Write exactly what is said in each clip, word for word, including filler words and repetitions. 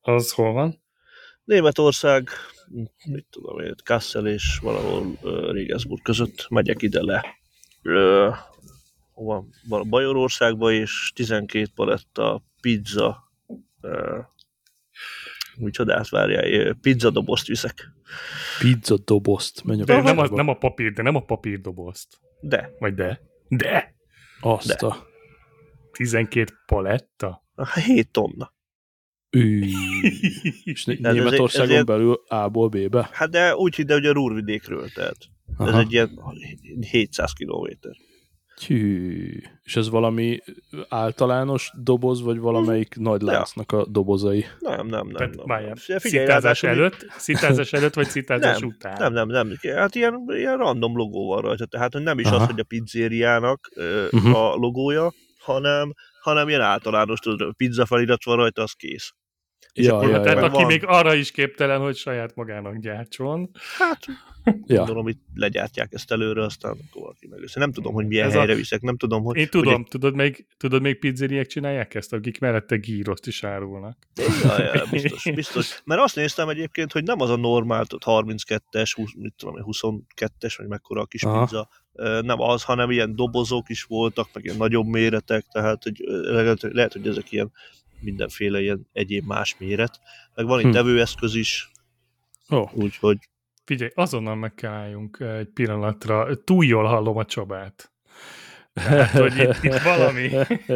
Az hol van? Németország, mit tudom én, Kassel és valahol uh, Regensburg között megyek ide le. Uh, hova? Bajorországba, és tizenkét paletta pizza, uh, micsodát várjál, pizza dobozt viszek. Pizza dobozt. De nem, az, nem a papír, de nem a papír dobozt. De. Vagy de? De? Azt De. a... tizenkét paletta? hét tonna. Üj. És Németországon ezért... belül A-ból B-be? Hát de úgy hidd, hogy a Ruhrvidékről, tehát aha. Ez egy ilyen hétszáz kilométer. Hű. És ez valami általános doboz, vagy valamelyik hmm. nagy láncnak a dobozai? Nem, nem, nem. nem. Várjál, szitázás előtt? Szitázás előtt, vagy szitázás nem, után? Nem, nem, nem. Hát ilyen, ilyen random logó van rajta. Tehát nem is aha. az, hogy a pizzériának uh-huh. a logója, hanem, hanem ilyen általános, tudod, pizza felirat van rajta, az kész. Ja, akkor, ja, tehát ja. aki van... még arra is képtelen, hogy saját magának gyártson. Hát, ja. Gondolom, hogy legyártják ezt előre, aztán akkor valaki meg össze. Nem tudom, hogy milyen ez helyre a... viszek, nem tudom, hogy... Én tudom, hogy... tudod, még, tudod, még pizzeriák csinálják ezt, akik mellette gíroszt is árulnak. Ja, ja, biztos, biztos. Mert azt néztem egyébként, hogy nem az a normál, harminckettes, húsz, mit tudom, huszonkettes, vagy mekkora a kis aha. pizza, nem az, hanem ilyen dobozok is voltak, meg ilyen nagyobb méretek, tehát hogy lehet, lehet, hogy ezek ilyen mindenféle ilyen egyéb más méret. Meg van itt hm. tevőeszköz is, oh. úgyhogy... Figyelj, azonnal meg kell álljunk egy pillanatra. Túl jól hallom a Csabát. Tehát, hogy itt, itt valami,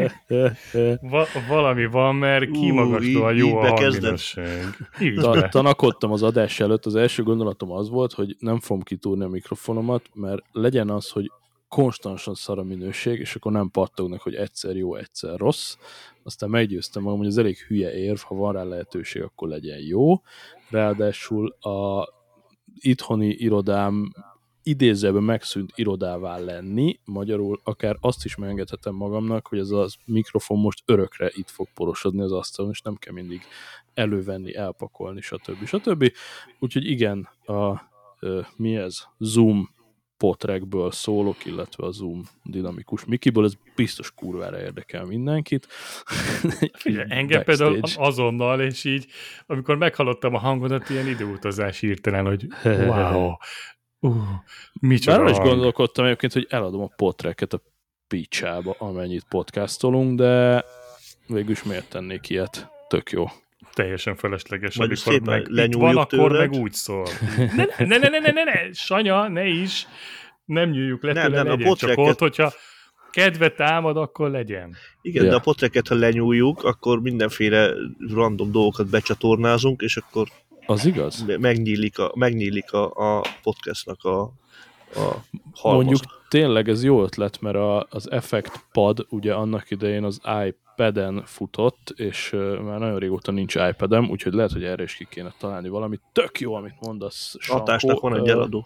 va, valami van, mert kimagaslóan jó a hangminőség. Tanakodtam az adás előtt, az első gondolatom az volt, hogy nem fogom kitúrni a mikrofonomat, mert legyen az, hogy konstansan szar a minőség, és akkor nem pattognak, hogy egyszer jó, egyszer rossz. Aztán meggyőztem magam, hogy az elég hülye érv, ha van rá lehetőség, akkor legyen jó. Ráadásul a itthoni irodám idézőben megszűnt irodává lenni, magyarul akár azt is megengedhetem magamnak, hogy ez a mikrofon most örökre itt fog porosodni az asztalon, és nem kell mindig elővenni, elpakolni, stb. stb. Úgyhogy igen, a, mi ez? Zoom potrekből szólok, illetve a Zoom dinamikus Mikiből, ez biztos kurvára érdekel mindenkit. Figyelj, engem például azonnal, és így, amikor meghallottam a hangodat, ilyen időutazás hirtelen, hogy wow, uh, micsoda hang. Bár is gondolkodtam egyébként, hogy eladom a potreket a picsába, amennyit podcastolunk, de végülis miért tennék ilyet? Tök jó. Teljesen felesleges, majd amikor meg itt van, akkor tőled. meg úgy szól. Ne, ne, ne, ne, ne, ne, ne, Sanya, ne is, nem nyújjuk le nem, tőle, nem, legyen, csak ott, hogyha kedve támad, akkor legyen. Igen, ja. De a potreket, ha lenyúljuk, akkor mindenféle random dolgokat becsatornázunk, és akkor az igaz? Megnyílik a, megnyílik a, a podcastnak a, a halmaza. Mondjuk tényleg ez jó ötlet, mert a, az Effect Pad ugye annak idején az iPad-en futott, és uh, már nagyon régóta nincs iPad-em, úgyhogy lehet, hogy erre is ki kéne találni valamit. Tök jó, amit mondasz, Sankó. Hatásnak van egy eladó.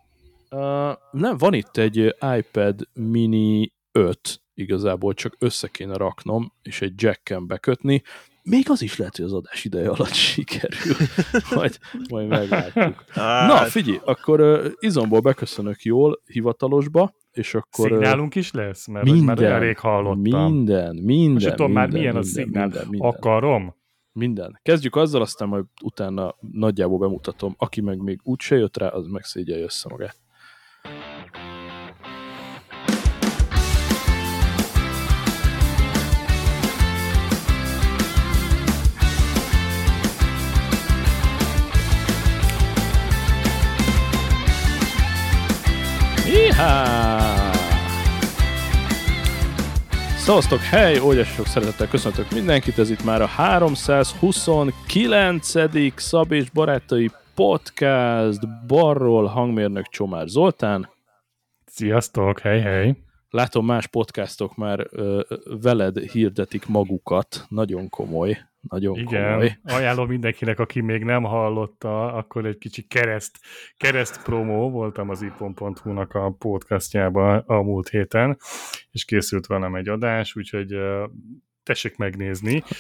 Uh, nem, van itt egy iPad mini öt, igazából csak össze kéne raknom, és egy jacken bekötni. Még az is lehet, hogy az adás ideje alatt sikerül. majd, majd meglátjuk. Hát. Na, figyelj, akkor uh, izomból beköszönök jól hivatalosba, és akkor... Szignálunk is lesz? Mert minden, már olyan rég hallottam. Minden, minden, és tudom minden, már milyen minden, a szignál. Minden, minden. Akarom? Minden. Kezdjük azzal, aztán majd utána nagyjából bemutatom. Aki meg még úgyse jött rá, az meg szégyelje össze magát. Ihá! Szavaztok, hely! Óriási sok szeretettel köszöntök mindenkit, ez itt már a háromszázhuszonkilencedik Szab és Barátai Podcast, balról hangmérnök Csomár Zoltán. Sziasztok, hely, hely! Látom, más podcastok már ö, veled hirdetik magukat, nagyon komoly, nagyon igen, komoly. Ajánlom mindenkinek, aki még nem hallotta, akkor egy kicsi kereszt, kereszt promó, voltam az ipon pont hu-nak a podcastjában a múlt héten, és készült velem egy adás, úgyhogy tessék megnézni.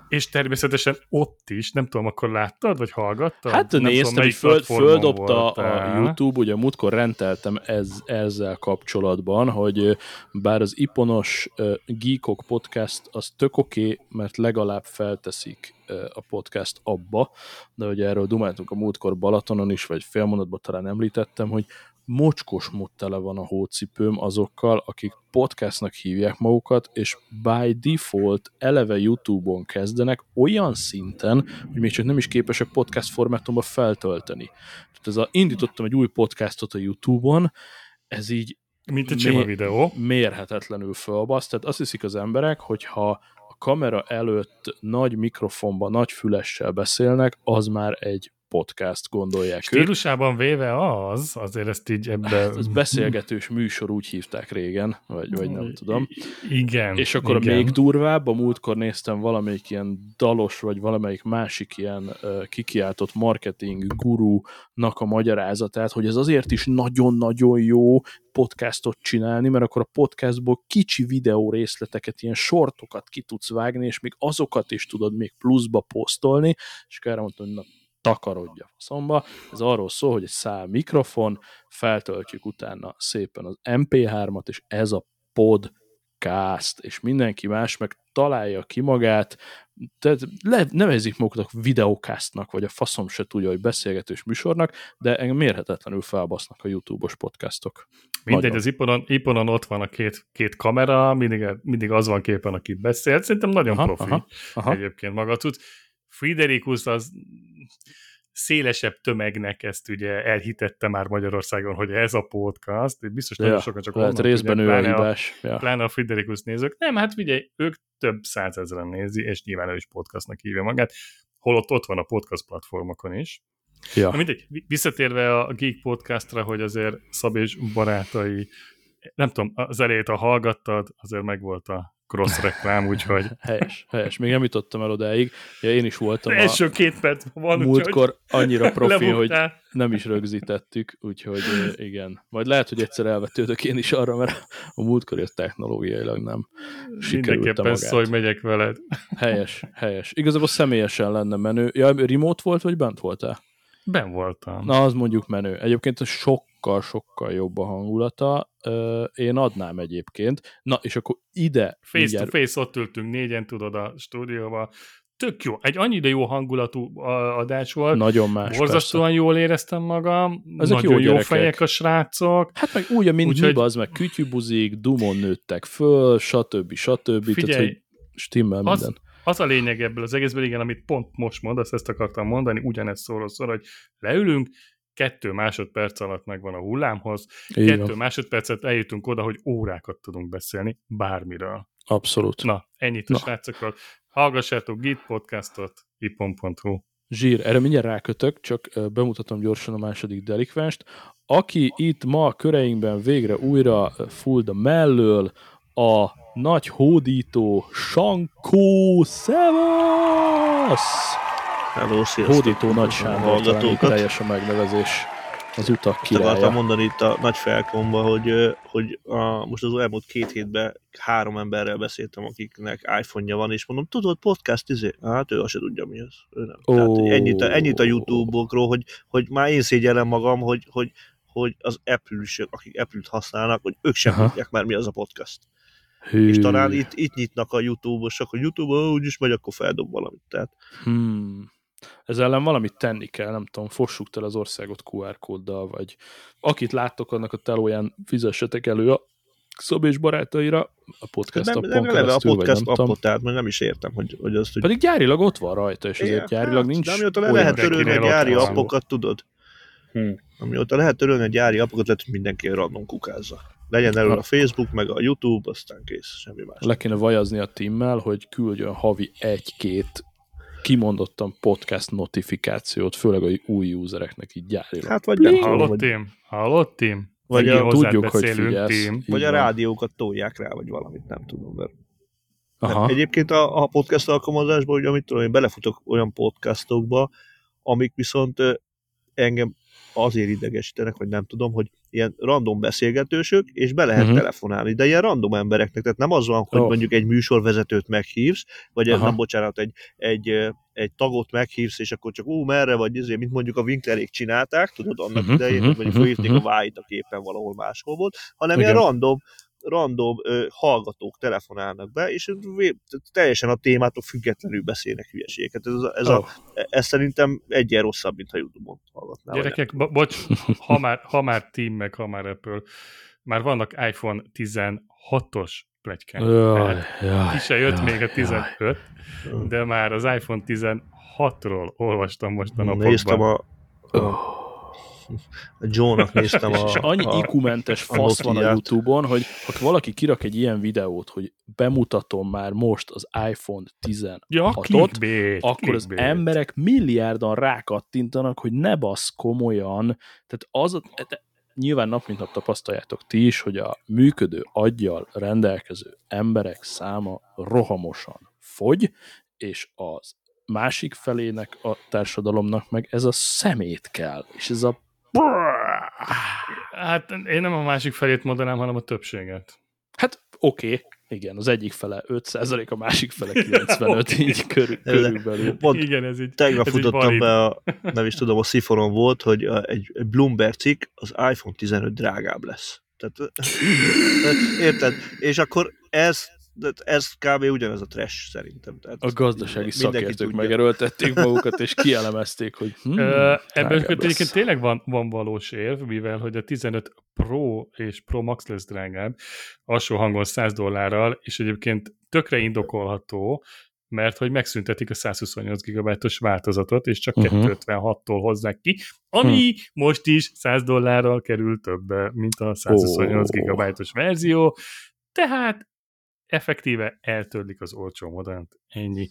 És természetesen ott is, nem tudom, akkor láttad, vagy hallgattad? Hát nem néztem, tudom, hogy föl, földobta voltál. a YouTube, ugye múltkor rendeltem ez, ezzel kapcsolatban, hogy bár az iponos uh, Geekok podcast az tök oké, okay, mert legalább felteszik uh, a podcast abba, de ugye erről dumáltunk a múltkor Balatonon is, vagy félmondatban talán említettem, hogy mocskos mód tele van a hócipőm azokkal, akik podcastnak hívják magukat, és by default eleve YouTube-on kezdenek olyan szinten, hogy még csak nem is képesek podcast formátumba feltölteni. Tehát ez a, indítottam egy új podcastot a YouTube-on, ez így mint egy sima videó. Mérhetetlenül fölbasz, tehát azt hiszik az emberek, hogyha a kamera előtt nagy mikrofonban, nagy fülessel beszélnek, az már egy podcast, gondolják. Stílusában ők. Véve az, azért ezt így ebben... Hát, ez beszélgetős műsor, úgy hívták régen, vagy, vagy nem tudom. Igen. És akkor igen. a még durvább, a múltkor néztem valamelyik ilyen dalos, vagy valamelyik másik ilyen uh, kikiáltott marketing gurunak a magyarázatát, hogy ez azért is nagyon-nagyon jó podcastot csinálni, mert akkor a podcastból kicsi videó részleteket, ilyen shortokat ki tudsz vágni, és még azokat is tudod még pluszba posztolni, és akkor mondtam, hogy na, takarodja faszomba. Ez arról szól, hogy egy szál mikrofon, feltöltjük utána szépen az em pé hármat, és ez a podcast, és mindenki más meg találja ki magát, tehát le, nevezik magukat videókásztnak, vagy a faszom se tudja, hogy beszélgetős műsornak, de engem mérhetetlenül felbasznak a YouTube-os podcastok. Mindegy, Nagyon. az iponon, iponon ott van a két, két kamera, mindig, mindig az van képen, aki beszél. Szerintem nagyon aha, profi aha, aha. egyébként maga tud. Friderikus az szélesebb tömegnek ezt ugye elhitette már Magyarországon, hogy ez a podcast, biztos nagyon ja, sokan csak onnan részben tudják, ő pláne a hibás. A, ja. Pláne a Friderikus nézők. Nem, hát figyelj, ők több százezren nézi, és nyilván ő is podcastnak hívja magát, holott ott van a podcast platformokon is. Ja. Na mindegy, visszatérve a Geek Podcastra, hogy azért Szabi és barátai, nem tudom, az elejét, ha hallgattad, azért megvolt a cross reklám, úgyhogy... Helyes, helyes. Még nem jutottam el odáig. Ja, én is voltam a... Első két perc van, múltkor annyira profi, hogy nem is rögzítettük, úgyhogy igen. Majd lehet, hogy egyszer elvetődök én is arra, mert a múltkor jött technológiailag nem sikerült a magát. Szó, hogy megyek veled. Helyes, helyes. Igazából személyesen lenne menő. Ja, remote volt, vagy bent voltál? Ben voltam. Na, az mondjuk menő. Egyébként sokkal-sokkal jobb a hangulata. Én adnám egyébként. Na, és akkor ide... Face mindjárt... to face, ott ültünk négyen, tudod, a stúdióban. Tök jó. Egy annyira jó hangulatú adás volt. Nagyon más, borzasztóan persze. Jól éreztem magam. Ezek nagyon jó, jó fejek a srácok. Hát meg úgy, mint úgy, mi hogy... az, meg kütyübuzik, dumon nőttek föl, stb. stb. Figyelj, tehát, hogy stimmel az... minden. Az a lényeg ebből az egészből, igen, amit pont most mondasz, ezt akartam mondani, ugyanezt szól, szól, hogy leülünk, kettő másodperc alatt megvan a hullámhoz, igen. kettő másodpercet eljutunk oda, hogy órákat tudunk beszélni bármiről. Abszolút. Na, ennyit a Na. srácokról. Hallgassátok Geek Podcastot, ipon pont hu. Zsír, erre mindjárt rákötök, csak bemutatom gyorsan a második delikvenst. Aki itt ma a köreinkben végre újra full a mellől, a nagy hódító Sankó, szevasz! Hello, sziasztok! Hódító Nagy Sándor, talán teljes a megnevezés, az utak királya. Azt akartam mondani itt a nagy felkomba, hogy, hogy a, most az elmúlt két hétben három emberrel beszéltem, akiknek iPhone-ja van, és mondom, tudod, podcast, izé? Hát ő azt se tudja, mi az. Ő nem. Oh. Tehát ennyit a, ennyit a YouTube-okról, hogy, hogy már én szégyellem magam, hogy, hogy, hogy az Apple-sök, akik Apple-t használnak, hogy ők sem tudják már, mi az a podcast. Hű. És talán itt, itt nyitnak a YouTube-osok, hogy YouTube-on úgyis megy, akkor feldob valamit. Tehát... Hmm. Ez ellen valamit tenni kell, nem tudom, fossuk el az országot kú er kóddal, vagy akit láttok, annak a telóján fizessetek elő a Szabi és barátaira a podcast nem, appon nem keresztül, a podcast vagy nem appot, tehát meg nem is értem, hogy, hogy azt, hogy... Pedig gyárilag ott van rajta, és azért gyárilag hát, nincs... De amióta le lehet törölni a gyári appokat, tudod? Hmm. Amióta lehet törölni a gyári appokat, lehet, hogy mindenki random kukázza. Legyen elő a Facebook, meg a YouTube, aztán kész, semmi más. Le kéne vajazni a timmel, hogy küldjön havi egy-két kimondottan podcast notifikációt, főleg a új usereknek így gyárilag. Hát vagy nem hallott tím, hallott tím. Vagy a, tudjuk, hogy figyelsz. Vagy a rádiókat tolják rá, vagy valamit, nem tudom. Mert... Aha. Egyébként a, a podcast alkalmazásban, hogy amit tudom, én belefutok olyan podcastokba, amik viszont engem azért idegesítenek, vagy nem tudom, hogy ilyen random beszélgetősök, és be lehet Uh-huh. telefonálni, de ilyen random embereknek, tehát nem az van, hogy Oh. mondjuk egy műsorvezetőt meghívsz, vagy Aha. nem, bocsánat, egy, egy, egy tagot meghívsz, és akkor csak ú, merre vagy, ezért, mint mondjuk a Winklerék csinálták, tudod, annak Uh-huh, idején, uh-huh, hogy mondjuk uh-huh, fölhívték uh-huh. a vájt, aki éppen valahol máshol volt, hanem Igen. ilyen random random ö, hallgatók telefonálnak be, és vé- teljesen a témától függetlenül beszélnek hülyeségeket. Ez, a, ez, Oh. a, ez szerintem egyen rosszabb, mint ha YouTube-on hallgatnál. Gyerekek, bo- bocs, ha már, ha már Team, meg ha már Apple, már vannak iPhone tizenhatos pletykák. Jaj, jaj, Ki se jött jaj, még a tizenöt, jaj. de már az iPhone tizenhatról olvastam most a napokban. Néztem a, a, a Joe-nak néztem és, a... és annyi a, ikumentes a fasz van a Nokiát. YouTube-on, hogy ha valaki kirak egy ilyen videót, hogy bemutatom már most az iPhone tizenhatot, Ja, clickbait, akkor az clickbait. emberek milliárdan rákattintanak, hogy ne bassz komolyan. Tehát az, a- de nyilván nap mint nap tapasztaljátok ti is, hogy a működő aggyal rendelkező emberek száma rohamosan fogy, és az másik felének a társadalomnak meg ez a szemét kell, és ez a Hát én nem a másik felét mondanám, hanem a többséget. hát oké, okay, igen, az egyik fele öt százalék, a másik fele kilencvenöt, okay. Így körül, körülbelül. Pont Igen, ez így tegnap ez így futottam valid. be, a, nem is tudom, a Sziforon volt, hogy a, egy, egy Bloomberg cikk, az iPhone tizenöt drágább lesz. Tehát, érted? És akkor ez, ez kb. Ugyanez a trash szerintem. Tehát A gazdasági mindenki szakértők tudja. megerőltették magukat, és kielemezték, hogy hm, Ö, Ebből drágább egyébként lesz. tényleg van, van valós érv, mivel hogy a tizenöt Pro és Pro Max lesz drágább, alsó hangon száz dollárral, és egyébként tökre indokolható, mert hogy megszüntetik a százhuszonnyolc gigabájtos változatot, és csak Uh-huh. kétszázötvenhattól hozzák ki, ami hm. most is száz dollárral kerül többe, mint a százhuszonnyolc Ó. gigabájtos verzió, tehát effektíve eltörlik az olcsó modellt. Ennyi.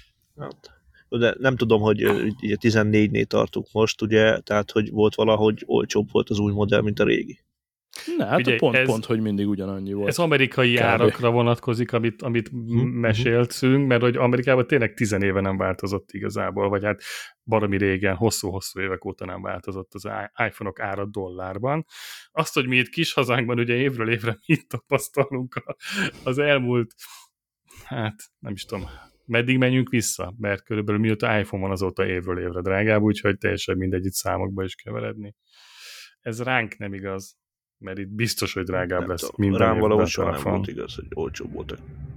Hát, de nem tudom, hogy ö, ugye tizennégynél tartunk most, ugye, tehát hogy volt valahogy olcsóbb volt az új modell, mint a régi. Na, hát Figyelj, pont, ez- pont, hogy mindig ugyanannyi volt. Ez amerikai Kb. árakra vonatkozik, amit, amit Uh-huh. meséltünk, mert hogy Amerikában tényleg tizen éve nem változott igazából, vagy hát baromi régen, hosszú-hosszú évek óta nem változott az i- iPhone-ok ára dollárban. Azt, hogy mi itt kis hazánkban ugye évről évre mit tapasztalunk a- az elmúlt, hát nem is tudom, meddig menjünk vissza, mert körülbelül mióta iPhone van, azóta évről évre drágább, úgyhogy teljesen mindegy itt számokba is keveredni. Ez ránk nem igaz, mert itt biztos, hogy drágább Nem lesz tudom, minden rám évben valahogy a soha nem telefon. volt igaz, hogy olcsóbb voltak.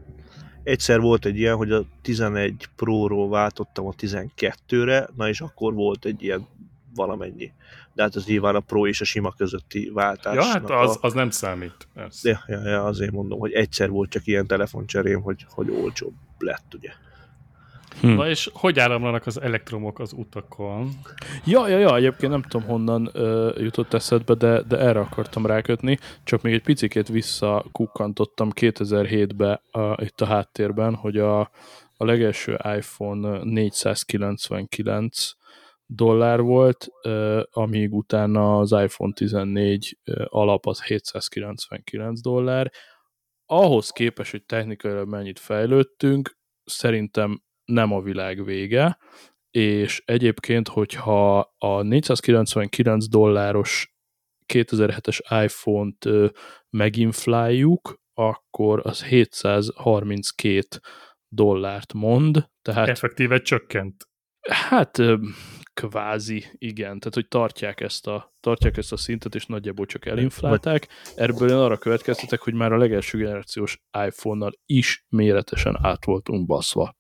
Egyszer volt egy ilyen, hogy a tizenegy Pro-ról váltottam a tizenkettőre, na és akkor volt egy ilyen valamennyi. De hát ez nyilván a Pro és a sima közötti váltásnak. Ja, hát az, a... az nem számít. Persze. ja, ja, ja, azért mondom, hogy egyszer volt csak ilyen telefoncserém, hogy, hogy olcsóbb lett, ugye. Hm. Na és hogy áramlanak az elektromok az utakon? Ja, ja, ja, egyébként nem tudom honnan ö, jutott eszedbe, de, de erre akartam rákötni, csak még egy picikét visszakukkantottam kétezer-hétbe a, itt a háttérben, hogy a, a legelső iPhone négyszázkilencvenkilenc dollár volt, ö, amíg utána az iPhone tizennégy ö, alap az hétszázkilencvenkilenc dollár. Ahhoz képest, hogy technikailag mennyit fejlődtünk, szerintem nem a világ vége, és egyébként, hogyha a négyszázkilencvenkilenc dolláros kétezer-hetes iPhone-t ö, meginfláljuk, akkor az hétszázharminckét dollárt mond, tehát Effektíve csökkent. hát ö, kvázi, igen, tehát hogy tartják ezt a, tartják ezt a szintet, és nagyjából csak elinflálták. Erből én arra következtetek, hogy már a legelső generációs iPhone-nal is méretesen át voltunk baszva.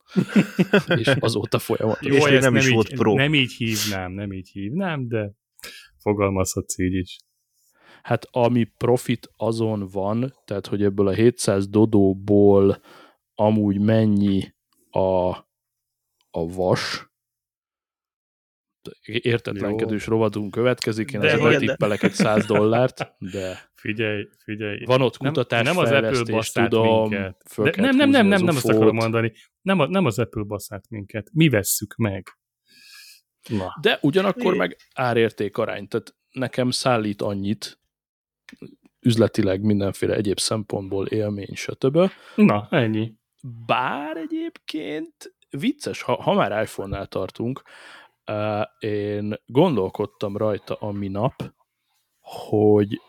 És azóta folyamatos. És még ezt nem is így, volt Pro. Nem így hívnám, nem így hívnám, de fogalmazhatsz így is. Hát ami profit azon van, tehát hogy ebből a hétszáz dodóból amúgy mennyi a, a vas, értetlenkedős rovatunk következik, én De azért igen, betippelek egy száz dollárt, de Figyelj, figyelj. van ott Nem, kutatás, nem az Apple fejlesztés, basszát tudom, minket. föl De kell nem, nem, nem, húzni nem, az nem azt ufót. akarom mondani. Nem, a, nem az Apple basszát minket. Mi vesszük meg. Na. De ugyanakkor Mi? meg árérték arány, tehát nekem szállít annyit, üzletileg mindenféle egyéb szempontból élmény, stb. Na, ennyi. Bár egyébként vicces, ha, ha már iPhone-nál tartunk, uh, én gondolkodtam rajta a minap, hogy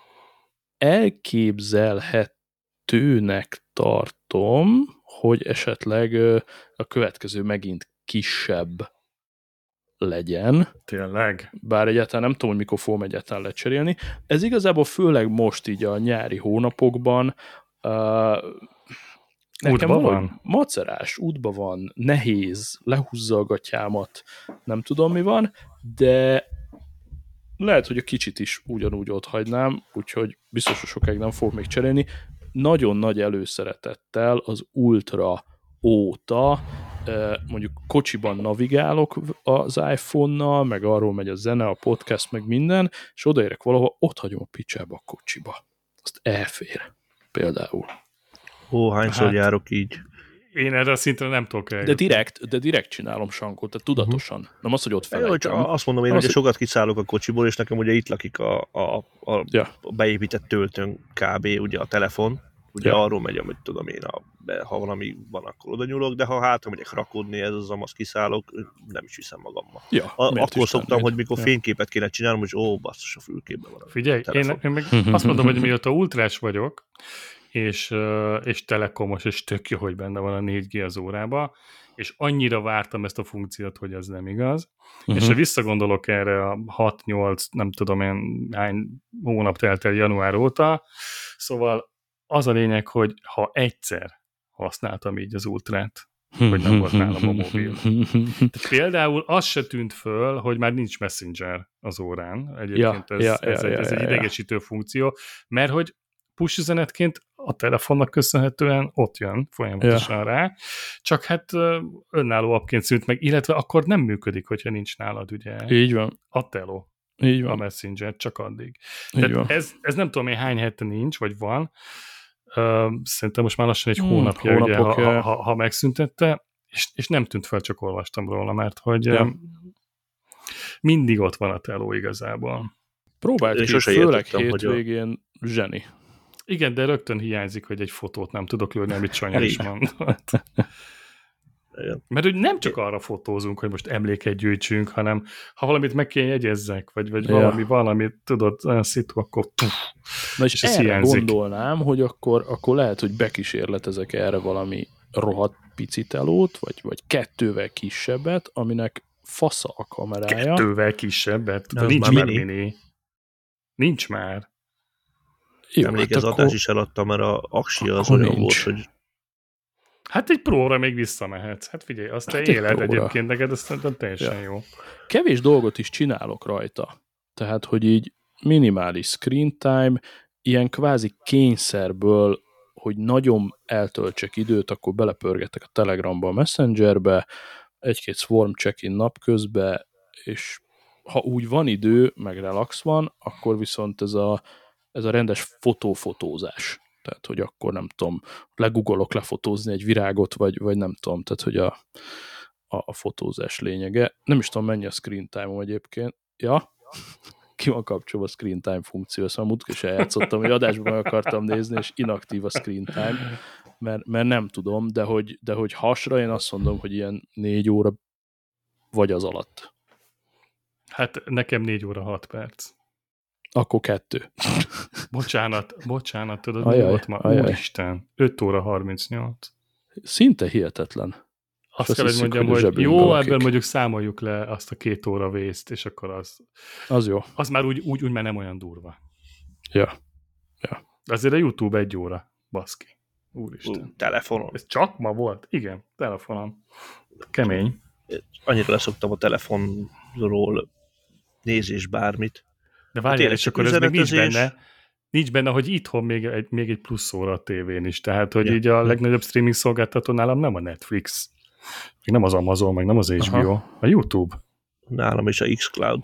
elképzelhetőnek tartom, hogy esetleg a következő megint kisebb legyen. Tényleg? Bár egyáltalán nem tudom, hogy mikor fogom egyáltalán lecserélni. Ez igazából főleg most így a nyári hónapokban uh, nekem útba van? Macerás, útba van, nehéz, lehúzza a gatyámat, nem tudom mi van, de lehet, hogy a kicsit is ugyanúgy ott hagynám, úgyhogy biztos, hogy sokáig nem fogok még cserélni. Nagyon nagy előszeretettel az Ultra óta, mondjuk kocsiban navigálok az iPhone-nal, meg arról megy a zene, a podcast, meg minden, és odaérek valahol, ott hagyom a picsába a kocsiba. Azt elfér, például. Ó, hányszor hát, járok így? Én erre a szintre nem tudok eljutni. De direkt, de direkt csinálom, Sankó, tehát tudatosan. Uh-huh. Nem az, hogy ott felejtem. Jó, azt mondom én, hogy sokat kiszállok a kocsiból, és nekem ugye itt lakik a, a, a, ja. a beépített töltőn kb. Ugye a telefon. Ugye ja. arról megy, amit tudom én, a, ha valami van, akkor oda nyúlok, de ha hátra megyek rakodni, ez az amaz kiszállok, nem is viszem magammal. Ja, a, akkor Isten, szoktam, hogy mikor ja. fényképet kéne csinálnom, hogy ó, basszus, a fülképben van. Figyelj, én, én meg azt mondom, hogy mióta ultrás vagyok, és, és telekomos, és tök jó, hogy benne van a négy G az órába, és annyira vártam ezt a funkciót, hogy ez nem igaz. Uh-huh. És ha visszagondolok erre a hat-nyolc, nem tudom én, hány hónap telt el január óta, szóval az a lényeg, hogy ha egyszer használtam így az ultrát, hogy nem volt nálam a mobil. Tehát például az se tűnt föl, hogy már nincs Messenger az órán. Egyébként ja, ez, ja, ez, ja, egy, ez ja, egy ja. idegesítő funkció, mert hogy push üzenetként a telefonnak köszönhetően ott jön folyamatosan ja. rá, csak hát önálló appként szűnt meg, illetve akkor nem működik, hogyha nincs nálad ugye Így van. a teló. Így van. A Messenger, csak addig. Így van. Ez, ez nem tudom én hány hete nincs, vagy van. Uh, szerintem most már lassan egy hmm, hónapja, ugye, ha, ha, ha, ha megszüntette, és, és nem tűnt fel, csak olvastam róla, mert hogy ja. um, mindig ott van a teló igazából. Próbált ki, főleg hétvégén a... zseni. Igen, de rögtön hiányzik, hogy egy fotót nem tudok lőni, amit Csanya is mondott. Mert hogy nem csak arra fotózunk, hogy most emléket gyűjtsünk, hanem ha valamit meg kell jegyezzek, vagy, vagy ja. valami van, amit tudod, olyan szitu, akkor tuff, na és, és erre hiányzik. Gondolnám, hogy akkor, akkor lehet, hogy bekísérletezek erre valami rohadt pici telót, vagy, vagy kettővel kisebbet, aminek fasza a kamerája. Kettővel kisebbet? De nincs már mini. mini. Nincs már. Jó, emlékezatás hát akkor... is eladtam, mert a Axia az olyan nincs. Volt, hogy hát egy próra még visszamehetsz. Hát figyelj, azt hát te éled próra. Egyébként neked, azt szerintem teljesen ja. jó. Kevés dolgot is csinálok rajta. Tehát, hogy így minimális screen time, ilyen kvázi kényszerből, hogy nagyon eltöltsek időt, akkor belepörgetek a Telegramba, a Messengerbe, egy-két swarm check-in napközben, és ha úgy van idő, meg relax van, akkor viszont ez a, ez a rendes fotófotózás. Tehát, hogy akkor nem tudom, legugolok lefotózni egy virágot, vagy, vagy nem tudom, tehát, hogy a, a, a fotózás lényege. Nem is tudom, mennyi a screen time-om egyébként. Ja, ki van kapcsolva a screen time funkció, szóval múltkor is eljátszottam, hogy adásban meg akartam nézni, és inaktív a screen time, mert, mert nem tudom, de hogy, de hogy hasra én azt mondom, hogy ilyen négy óra vagy az alatt. Hát nekem négy óra hat perc. Akkor kettő. Bocsánat, bocsánat, tudod, ajaj, mi volt ma? ajaj. Úristen, öt óra harmincnyolc. Szinte hihetetlen. Azt kell, hogy mondjam, hogy, hogy jó, ebből mondjuk számoljuk le azt a két óra vészt, és akkor az... Az jó. Az már úgy, úgy, úgy már nem olyan durva. Ja. ja. De azért a YouTube egy óra, baszki. Úristen. Uh, telefonon. Ez csak ma volt? Igen, telefonon. Kemény. Annyira leszoktam a telefonról nézés bármit. De várjál, és akkor ez még nincs benne, nincs benne, hogy itthon még egy, még egy plusz óra a tévén is. Tehát, hogy ja. így a legnagyobb streaming szolgáltató nálam nem a Netflix, meg nem az Amazon, meg nem az há bé ó, Aha. a YouTube. Nálam is a xCloud.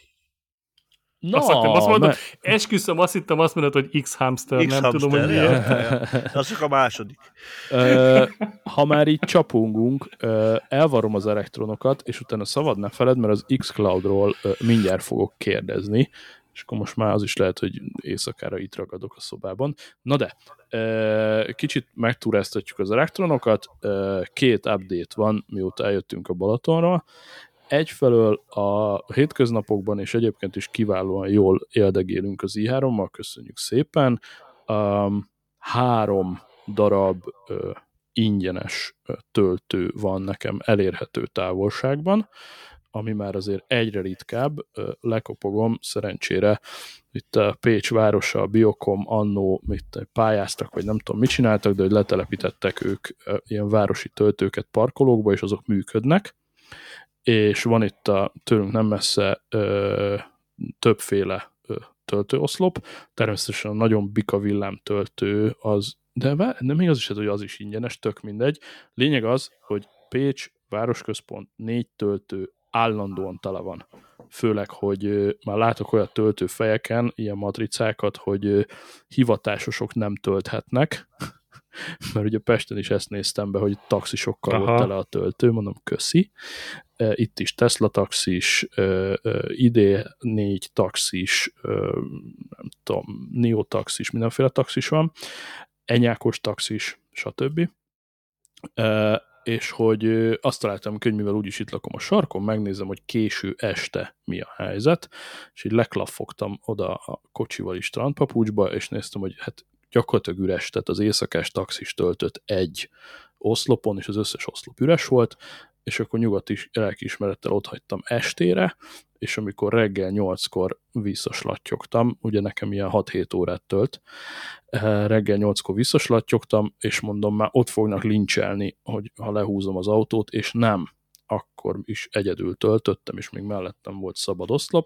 No, azt, hittem, azt mondod, mert... esküszöm, azt hittem, azt mondod, hogy X-hamster, nem X-hamster, tudom, hogy ja, ja, ja. Az csak a második. uh, ha már így csapongunk, uh, elvarom az elektronokat, és utána szabad ne feled, mert az xCloudról uh, mindjárt fogok kérdezni, és akkor most már az is lehet, hogy éjszakára itt ragadok a szobában. Na de, uh, kicsit megtúráztatjuk az elektronokat, uh, két update van, mióta eljöttünk a Balatonról. egyfelől a hétköznapokban és egyébként is kiválóan jól éldegélünk az i hárommal, köszönjük szépen. Um, három darab uh, ingyenes uh, töltő van nekem elérhető távolságban, ami már azért egyre ritkább, uh, lekopogom, szerencsére itt a Pécs városa, a Biokom annó mit pályáztak, vagy nem tudom mit csináltak, de hogy letelepítettek ők uh, ilyen városi töltőket parkolókba, és azok működnek, és van itt a tőlünk nem messze ö, többféle ö, töltőoszlop, természetesen a nagyon bika villám töltő az, de vár, nem igaz is, hogy az is ingyenes, tök mindegy. Lényeg az, hogy Pécs, városközpont, négy töltő állandóan tele van. Főleg, hogy ö, már látok olyan töltőfejeken, ilyen matricákat, hogy ö, hivatásosok nem tölthetnek, mert ugye Pesten is ezt néztem be, hogy taxisokkal Aha. volt tele a töltő, mondom, köszi. Itt is Tesla taxis, I D négy taxis, nem tudom, Nio taxis, mindenféle taxis van, Enyákos taxis, stb. És hogy azt találtam ki, hogy mivel úgyis itt lakom a sarkon, megnézem, hogy késő este mi a helyzet, és így leklaffogtam oda a kocsival is strandpapucsba, és néztem, hogy hát gyakorlatilag üres, tehát az éjszakás taxis töltött egy oszlopon, és az összes oszlop üres volt, és akkor nyugodt is lelkiismerettel otthagytam estére, és amikor reggel nyolckor visszaslattyogtam, ugye nekem ilyen hat-hét órát tölt, reggel nyolckor visszaslattyogtam, és mondom, már ott fognak lincselni, hogy ha lehúzom az autót, és nem, akkor is egyedül töltöttem, és még mellettem volt szabad oszlop,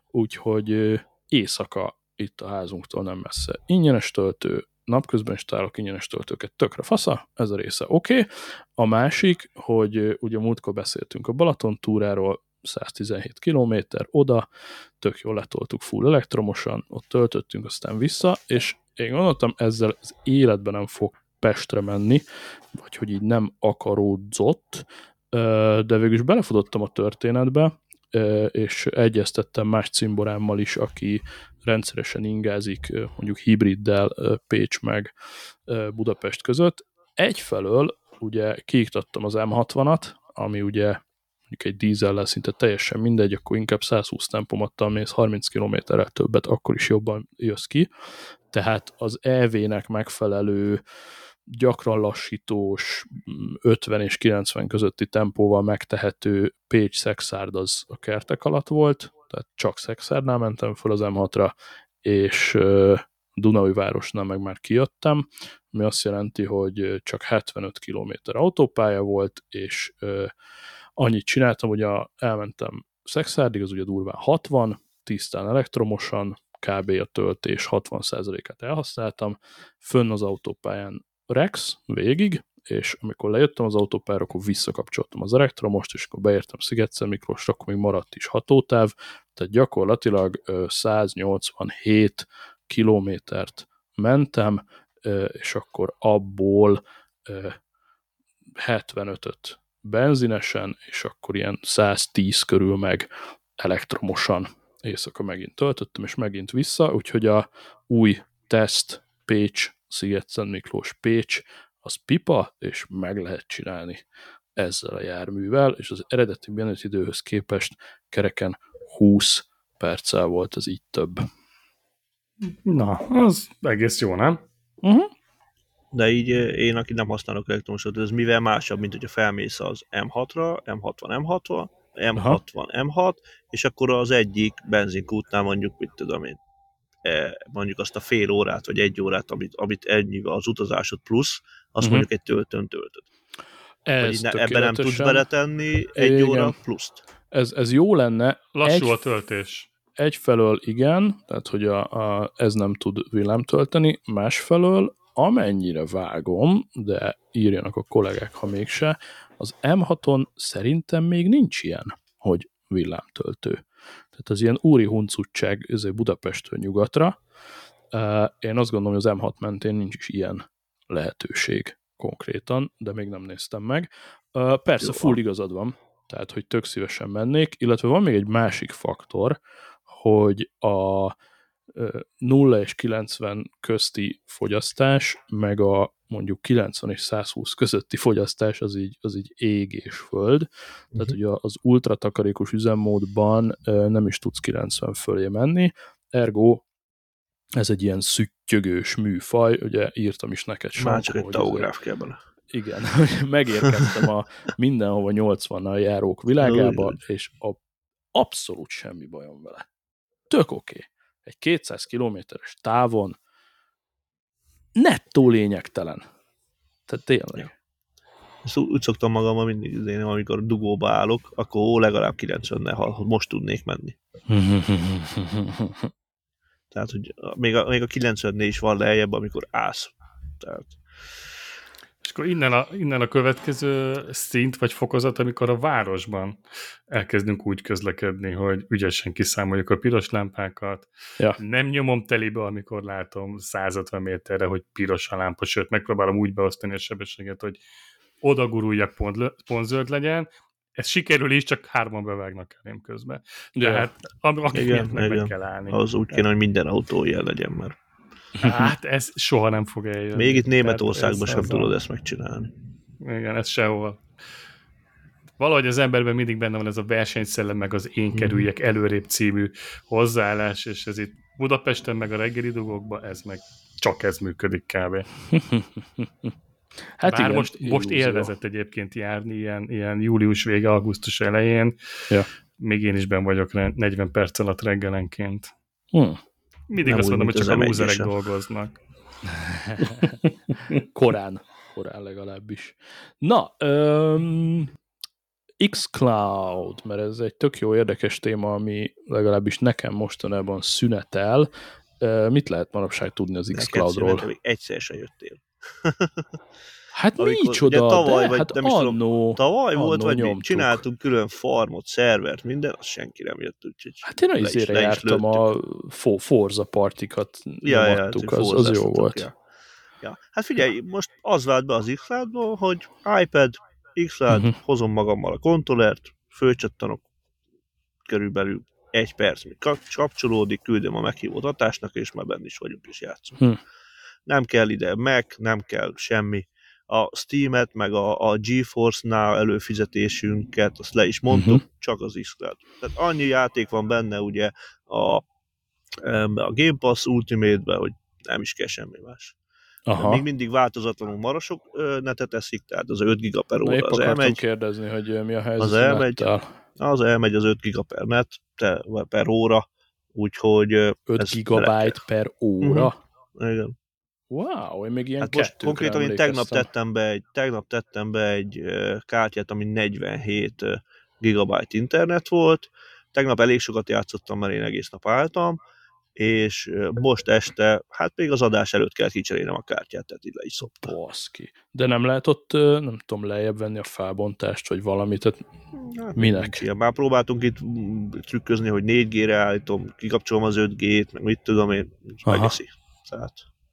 úgyhogy éjszaka itt a házunktól nem messze ingyenes töltő, napközben is találok ingyenes töltőket, tökre fasza, ez a része oké. Okay. A másik, hogy ugye múltkor beszéltünk a Balaton túráról, száztizenhét kilométer oda, tök jól letoltuk full elektromosan, ott töltöttünk, aztán vissza, és én gondoltam, ezzel az életben nem fog Pestre menni, vagy hogy így nem akaródzott, de végül is belefutottam a történetbe, és egyeztettem más cimborámmal is, aki rendszeresen ingázik, mondjuk hibriddel Pécs meg Budapest között. Egyfelől ugye kiiktattam az em hatvanat, ami ugye mondjuk egy dízellel szinte teljesen mindegy, akkor inkább százhúsz tempomattal mész, harminc kilométerrel többet, akkor is jobban jössz ki. Tehát az é vé-nek megfelelő gyakran lassítós, ötven és kilencven közötti tempóval megtehető Pécs-Szexárd az a kertek alatt volt, tehát csak Szexárdnál mentem fel az em hatra, és uh, Dunaújvárosnál meg már kijöttem, ami azt jelenti, hogy csak hetvenöt kilométer autópálya volt, és uh, annyit csináltam, hogy a, elmentem Szexárdig, az ugye durván hatvan, tisztán elektromosan, kb. A töltés hatvan százalékát elhasználtam, fönn az autópályán Rex végig, és amikor lejöttem az autópályára, akkor visszakapcsoltam az elektromost, és akkor beértem Sziget-Szent Miklósra, akkor még maradt is hatótáv, tehát gyakorlatilag száznyolcvanhét kilométert mentem, és akkor abból hetvenötöt benzinesen, és akkor ilyen száztíz körül meg elektromosan éjszaka megint töltöttem, és megint vissza, úgyhogy a új teszt Pécs, Sziget-Szent Miklós Pécs, az pipa, és meg lehet csinálni ezzel a járművel, és az eredeti menetidőhöz képest kereken húsz perccel volt, az így több. Na, az egész jó, nem? Uh-huh. De így én, aki nem használok elektromosat, ez mivel másabb, mint hogyha felmész az em hatra, em hatvan, em hatvan, em hatvan, em hat, és akkor az egyik benzinkútnál mondjuk, mit tudom én, mondjuk azt a fél órát, vagy egy órát, amit, amit ennyi az utazásod plusz, azt uh-huh. mondjuk egy töltőn töltöd. Ez ne, ebben nem tudsz beletenni egy igen. óra pluszt. Ez, ez jó lenne. Lassú egy, a töltés. Egyfelől igen, tehát hogy a, a, ez nem tud villám tölteni, másfelől amennyire vágom, de írjanak a kollégák, ha mégse, az em haton szerintem még nincs ilyen, hogy villámtöltő. Tehát az ilyen úri huncutság Budapestről nyugatra. Én azt gondolom, hogy az em hat mentén nincs is ilyen lehetőség konkrétan, de még nem néztem meg. Persze, full igazad van, tehát hogy tök szívesen mennék, illetve van még egy másik faktor, hogy a nulla és kilencven közti fogyasztás, meg a mondjuk kilencven és százhúsz közötti fogyasztás az így, az így ég és föld. Uh-huh. Tehát ugye az ultratakarékos üzemmódban nem is tudsz kilencven fölé menni, ergo ez egy ilyen szüttyögős műfaj, ugye írtam is neked Sankó, már csak egy taugráf kell benne. Igen, megérkeztem a mindenhova nyolcvannal járók világába, és a abszolút semmi bajom vele. Tök oké. Okay. Egy kétszáz kilométeres távon nettó lényegtelen. Tehát tényleg. Ja. Ezt úgy szoktam magammal mindig idén, amikor dugóba állok, akkor ó, legalább kilencvennel, ha most tudnék menni. Tehát, hogy még a, még a kilencvennél is van lejjebb, amikor állsz. Tehát... És akkor innen a, innen a következő szint vagy fokozat, amikor a városban elkezdünk úgy közlekedni, hogy ügyesen kiszámoljuk a piros lámpákat. Ja. Nem nyomom telibe, amikor látom száz ötven méterre, hogy piros a lámpa, sőt, megpróbálom úgy beosztani a sebességet, hogy oda guruljak, pont, pont zöld legyen. Ez sikerül is, csak hárman bevágnak elém közben. Tehát akinek meg, meg kell állni. Az úgy kéne, hogy minden autó ilyen legyen, mert hát ez soha nem fog eljönni. Még itt Németországban sem tudod ezt megcsinálni. Igen, ez sehol. Valahogy az emberben mindig benne van ez a versenyszellem, meg az én kerüljek előrébb című hozzáállás, és ez itt Budapesten, meg a reggeli dugókban, ez meg csak ez működik kb. Hát bár igen, most, most élvezett egyébként járni, ilyen, ilyen július vége, augusztus elején. Ja. Még én is benn vagyok negyven perc alatt reggelenként. Hmm. Mindig nem azt mondom, hogy csak a lúzerek dolgoznak. Korán. Korán legalábbis. Na, um, xCloud, mert ez egy tök jó érdekes téma, ami legalábbis nekem mostanában szünetel. Uh, mit lehet manapság tudni az xCloudról? Neked egyszer se jöttél. Hát micsoda, de tavaly, de, vagy hát nem is annó, tudom, tavaly annó volt, vagy nyomtuk. Csináltunk külön farmot, szervert, minden, az senki nem jött, úgyhogy hát én az izére jártam, a Forza partikat ja, nyomattuk, ja, az, az jó volt. Ja. Ja. Hát figyelj, most az vált be az xCloudból, hogy iPad, xCloud, uh-huh. hozom magammal a kontrollert, fölcsattanok körülbelül egy perc, míg kapcsolódik, küldöm a meghívott adásnak, és már benne is vagyunk, és játszunk. Hmm. Nem kell ide Mac, nem kell semmi. A Steam-et, meg a, a GeForce-nál előfizetésünket, azt le is mondtuk, uh-huh. csak az xCloud. Tehát annyi játék van benne, ugye, a, a Game Pass Ultimate-ben, hogy nem is kell semmi más. Aha. Még mindig változatlanul marosok netet eszik, tehát az öt giga per óra az elmegy. kérdezni, hogy mi a helyzet az elmegy, az elmegy az öt giga per net, te, per óra, úgyhogy öt gigabyte per óra? Uh-huh. Igen. Wow, én még ilyen hát most konkrétan én tegnap tettem be egy, tegnap tettem be egy kártyát, ami negyvenhét gigabyte internet volt. Tegnap elég sokat játszottam, mert én egész nap álltam, és most este, hát még az adás előtt kell kicserélnem a kártyát, tehát így le is szokta. Baszki. De nem lehet ott, nem tudom, lejjebb venni a felbontást, vagy valamit, tehát hát, minek? Ja, már próbáltunk itt trükközni, hogy négy gére állítom, kikapcsolom az öt gét, meg mit tudom én, megeszi. Tehát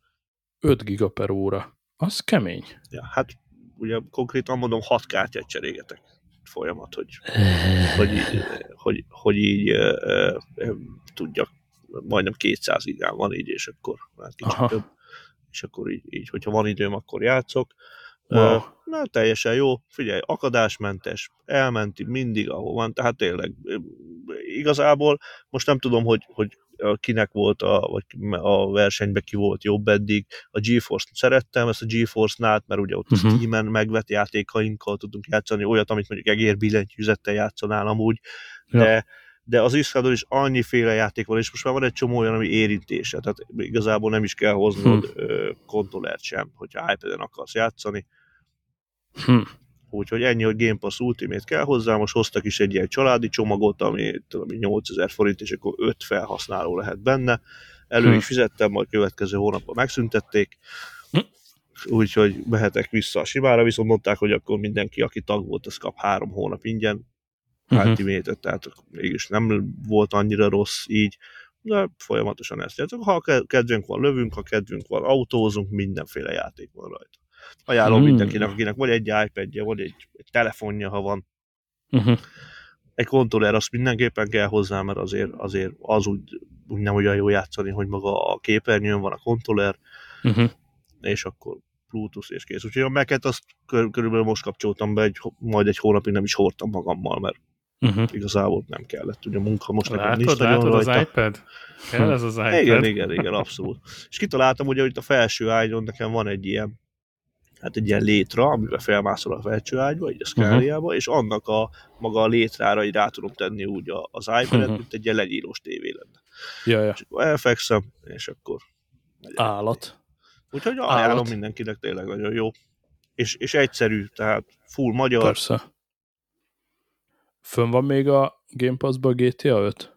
öt giga per óra. Az kemény. Ja, hát ugye konkrétan mondom, hat kártyát cserégetek folyamat, hogy, hogy így, hogy, hogy így e, e, tudjak, majdnem kétszáz gigám van így, és akkor hát kicsit több, és akkor így, így, hogyha van időm, akkor játszok. Wow. E, na, teljesen jó, figyelj, akadásmentes, elmenti mindig, ahol van, tehát tényleg igazából most nem tudom, hogy, hogy kinek volt a, vagy a versenyben ki volt jobb eddig. A GeForce-t szerettem, ezt a GeForce-nát, mert ugye ott uh-huh. a Steam-en megvett játékainkkal tudunk játszani, olyat, amit mondjuk egér billentyűzettel játszanál amúgy, de, ja. de az xCloudon is annyiféle játék van, és most már van egy csomó olyan, ami érintése, tehát igazából nem is kell hoznod hmm. kontrollert sem, hogyha iPad-en akarsz játszani. Hmm. Úgyhogy ennyi, hogy Game Pass Ultimate kell hozzá, most hoztak is egy ilyen családi csomagot, ami, ami nyolcezer forint, és akkor öt felhasználó lehet benne. Elő hmm. is fizettem, majd következő hónapban megszüntették, úgyhogy mehetek vissza a simára, viszont mondták, hogy akkor mindenki, aki tag volt, az kap három hónap ingyen uh-huh. Ultimate-et, tehát mégis nem volt annyira rossz így, de folyamatosan ezt játszunk. Ha kedvünk van, lövünk, ha kedvünk van, autózunk, mindenféle játék van rajta. Ajánlom hmm. mindenkinek, akinek vagy egy iPad-je, vagy egy, egy telefonja, ha van. Uh-huh. egy kontroller azt mindenképpen kell hozzá, mert azért, azért az úgy, úgy nem olyan jó játszani, hogy maga a képernyőn van a kontroller, uh-huh. és akkor Bluetooth és kész. Úgyhogy a Mac-et azt kör, körülbelül most kapcsoltam be, egy, majd egy hónapig nem is hordtam magammal, mert uh-huh. igazából nem kellett. Ugye a munka most nekem nincs nagyon látod rajta. Az iPad? Kell ez az iPad? Igen, igen, igen, abszolút. És kitaláltam, ugye, hogy itt a felső ágyon nekem van egy ilyen, hát egy ilyen létra, amivel felmászol a felső ágyba, így a szkáliába, uh-huh. és annak a maga a létrára így rá tudom tenni úgy az iPad-et, uh-huh. mint egy ilyen legyírós tévé lenne. Ja, ja. És akkor elfekszem, és akkor... Állat. Úgyhogy ajánlom mindenkinek, tényleg nagyon jó. És, és egyszerű, tehát full magyar. Persze. Fönn van még a Game Pass-ba a gé té á öt?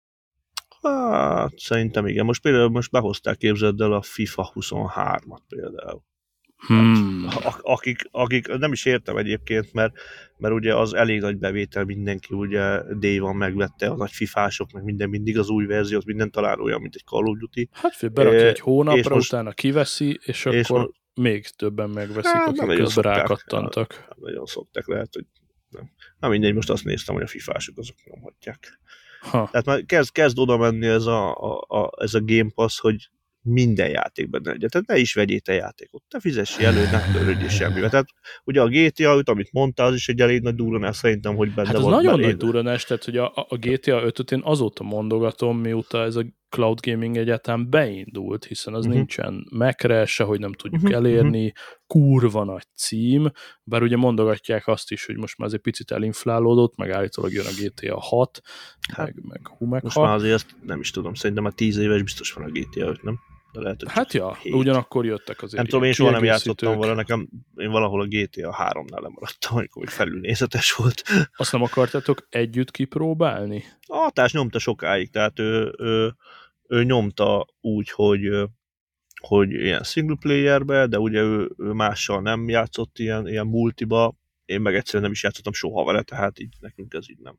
Hát, szerintem igen. Most például most behozták, képzeld el, a FIFA huszonhármat például. Hmm. Hát, akik, akik, nem is értem egyébként, mert, mert ugye az elég nagy bevétel, mindenki ugye Day van megvette, a nagy fifások, meg minden mindig az új verziót, minden talán olyan, mint egy Call of Duty. Hát fél, berakja egy hónapra, most, utána kiveszi, és, és akkor most, még többen megveszik, hát, akik közben rákattantak. Nem nagyon szokták, lehet, hogy nem. Na mindegy, most azt néztem, hogy a fifások azok nyomhatják. Ha. Tehát már kezd, kezd oda menni ez a, a, a, ez a Game Pass, hogy minden játékban legyen. Tehát ne is vegyél te játékot. Te fizessi elő, ne törődjél semmivel. Tehát ugye a gé té á öt, amit mondtál, az is egy elég nagy duranás szerintem, hogy benne hát van. Hát az nagyon nagy duranás, tehát hogy a, a gé té á ötöt én azóta mondogatom, mióta ez a cloud gaming egyáltalán beindult, hiszen az uh-huh. nincsen Mac-re, sehogy nem tudjuk uh-huh. elérni, kurva nagy cím, bár ugye mondogatják azt is, hogy most már ez egy picit elinflálódott, meg állítólag jön a gé té á hat, hát, meg, meg hú, meg most hat. Már azért ezt nem is tudom, szerintem már tíz éves biztos van a gé té á öt, nem? De lehet, hát ja, hét. Ugyanakkor jöttek azért. Nem tudom, én soha nem játszottam vele, nekem én valahol a gé té á háromnál lemaradtam, amikor felülnézetes volt. Azt nem akartátok együtt kipróbálni? A hatás nyomta sokáig, tehát ő, ő, ő nyomta úgy, hogy, hogy ilyen single playerbe, de ugye ő, ő mással nem játszott ilyen, ilyen multiba, én meg egyszerűen nem is játszottam soha vele, tehát így nekünk ez így nem.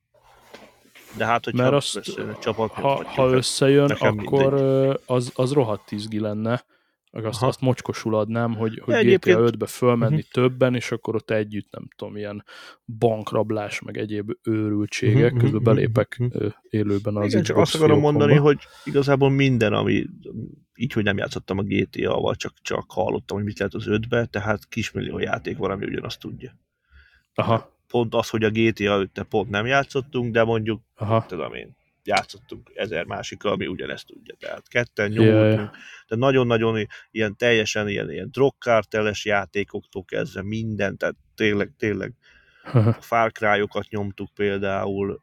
De hát, hogyha mert azt, csapat, ha, ha összejön, akkor az, az rohadt izgi lenne. Azt, azt mocskosul adnám, hogy, hogy gé té á ötbe fölmenni uh-huh. többen, és akkor ott együtt, nem tudom, ilyen bankrablás, meg egyéb őrültségek, uh-huh. közben belépek uh-huh. élőben az igen, csak azt akarom mondani, hogy igazából minden, ami így, hogy nem játszottam a gé té á-val, csak, csak hallottam, hogy mit lehet az ötbe, tehát kismillió játék van, ami ugyanazt tudja. Aha. Pont az, hogy a gé té á ötbe pont nem játszottunk, de mondjuk, Aha. tudom én, játszottunk ezer másikkal, ami ugyanezt tudja. Tehát ketten nyomultunk, yeah, yeah. de nagyon-nagyon ilyen teljesen ilyen, ilyen drogkárteles játékoktól kezdve minden, tehát tényleg, tényleg a Far Cry-okat nyomtuk például,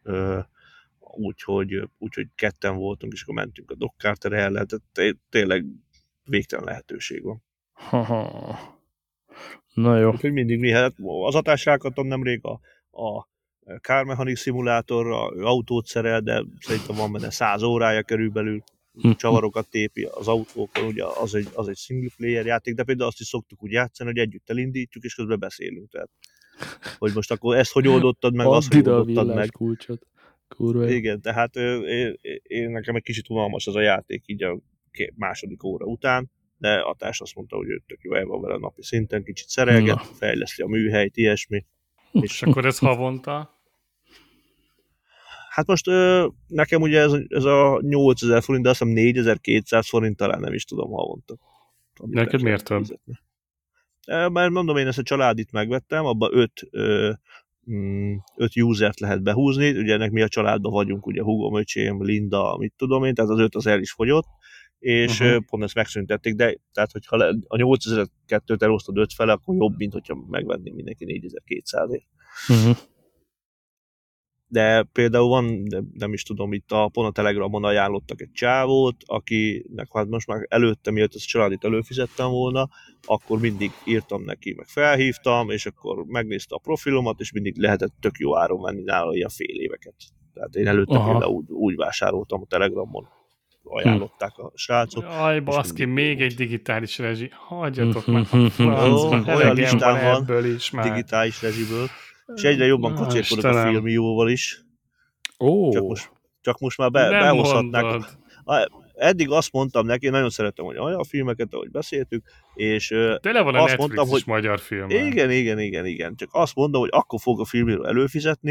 úgyhogy úgy, hogy ketten voltunk, és akkor mentünk a drogkárter ellen, tehát tényleg végtelen lehetőség van. Na jó. Úgyhogy mindig mi, hát az atásrákaton nemrég a, a Car Mechanic Simulatorra autót szerel, de szerintem van benne száz órája körülbelül, csavarokat tépi az autókon, ugye az egy, az egy single player játék, de például azt is szoktuk úgy játszani, hogy együtt elindítjuk, és közben beszélünk. Tehát, hogy most akkor ezt hogy oldottad meg, azt hogy oldottad meg. Kulcsot. Kurva. Igen, tehát én, én nekem egy kicsit unalmas az a játék így a második óra után, de Atás azt mondta, hogy ő tök jó el van vele napi szinten, kicsit szerelget, Na. fejleszti a műhelyt, ilyesmi. És, és akkor ez havonta? Hát most ö, nekem ugye ez, ez a nyolcezer forint, de azt hiszem négyezer-kétszáz forint, talán nem is tudom havonta. Neked miért több? Mert mondom, én ezt a családit megvettem, abban öt, ö, öt usert lehet behúzni, ugye ennek mi a családban vagyunk, ugye húgom, öcsém, Linda, mit tudom én, tehát az öt az el is fogyott, és uh-huh. pont ezt megszüntették, de tehát hogyha a nyolcezer-kettőt elosztod öt fele, akkor jobb, mint hogyha megvennénk mindenki négyezer-kétszázért. Uh-huh. De például van, de nem is tudom, itt a, pont a Telegramon ajánlottak egy csávót, akinek hát most már előtte, mielőtt ezt a családit előfizettem volna, akkor mindig írtam neki, meg felhívtam, és akkor megnézte a profilomat, és mindig lehetett tök jó áron venni nála ilyen fél éveket. Tehát én előtte Aha. például úgy, úgy vásároltam a Telegramon, ajánlották a srácok. Jaj, baszki, még egy digitális rezsi. Hagyjatok meg a francba. Olyan listán van is digitális rezsiből. És egyre jobban kocérkodok a Filmióval is. Oh. Csak, most, csak most már be, behozhatnák. Eddig azt mondtam neki, én nagyon szeretem, hogy olyan filmeket, ahogy beszéltük, és tele van a azt Netflix mondtam, hogy magyar film. Igen, igen, igen, igen. Csak azt mondom, hogy akkor fog a Filmióról előfizetni,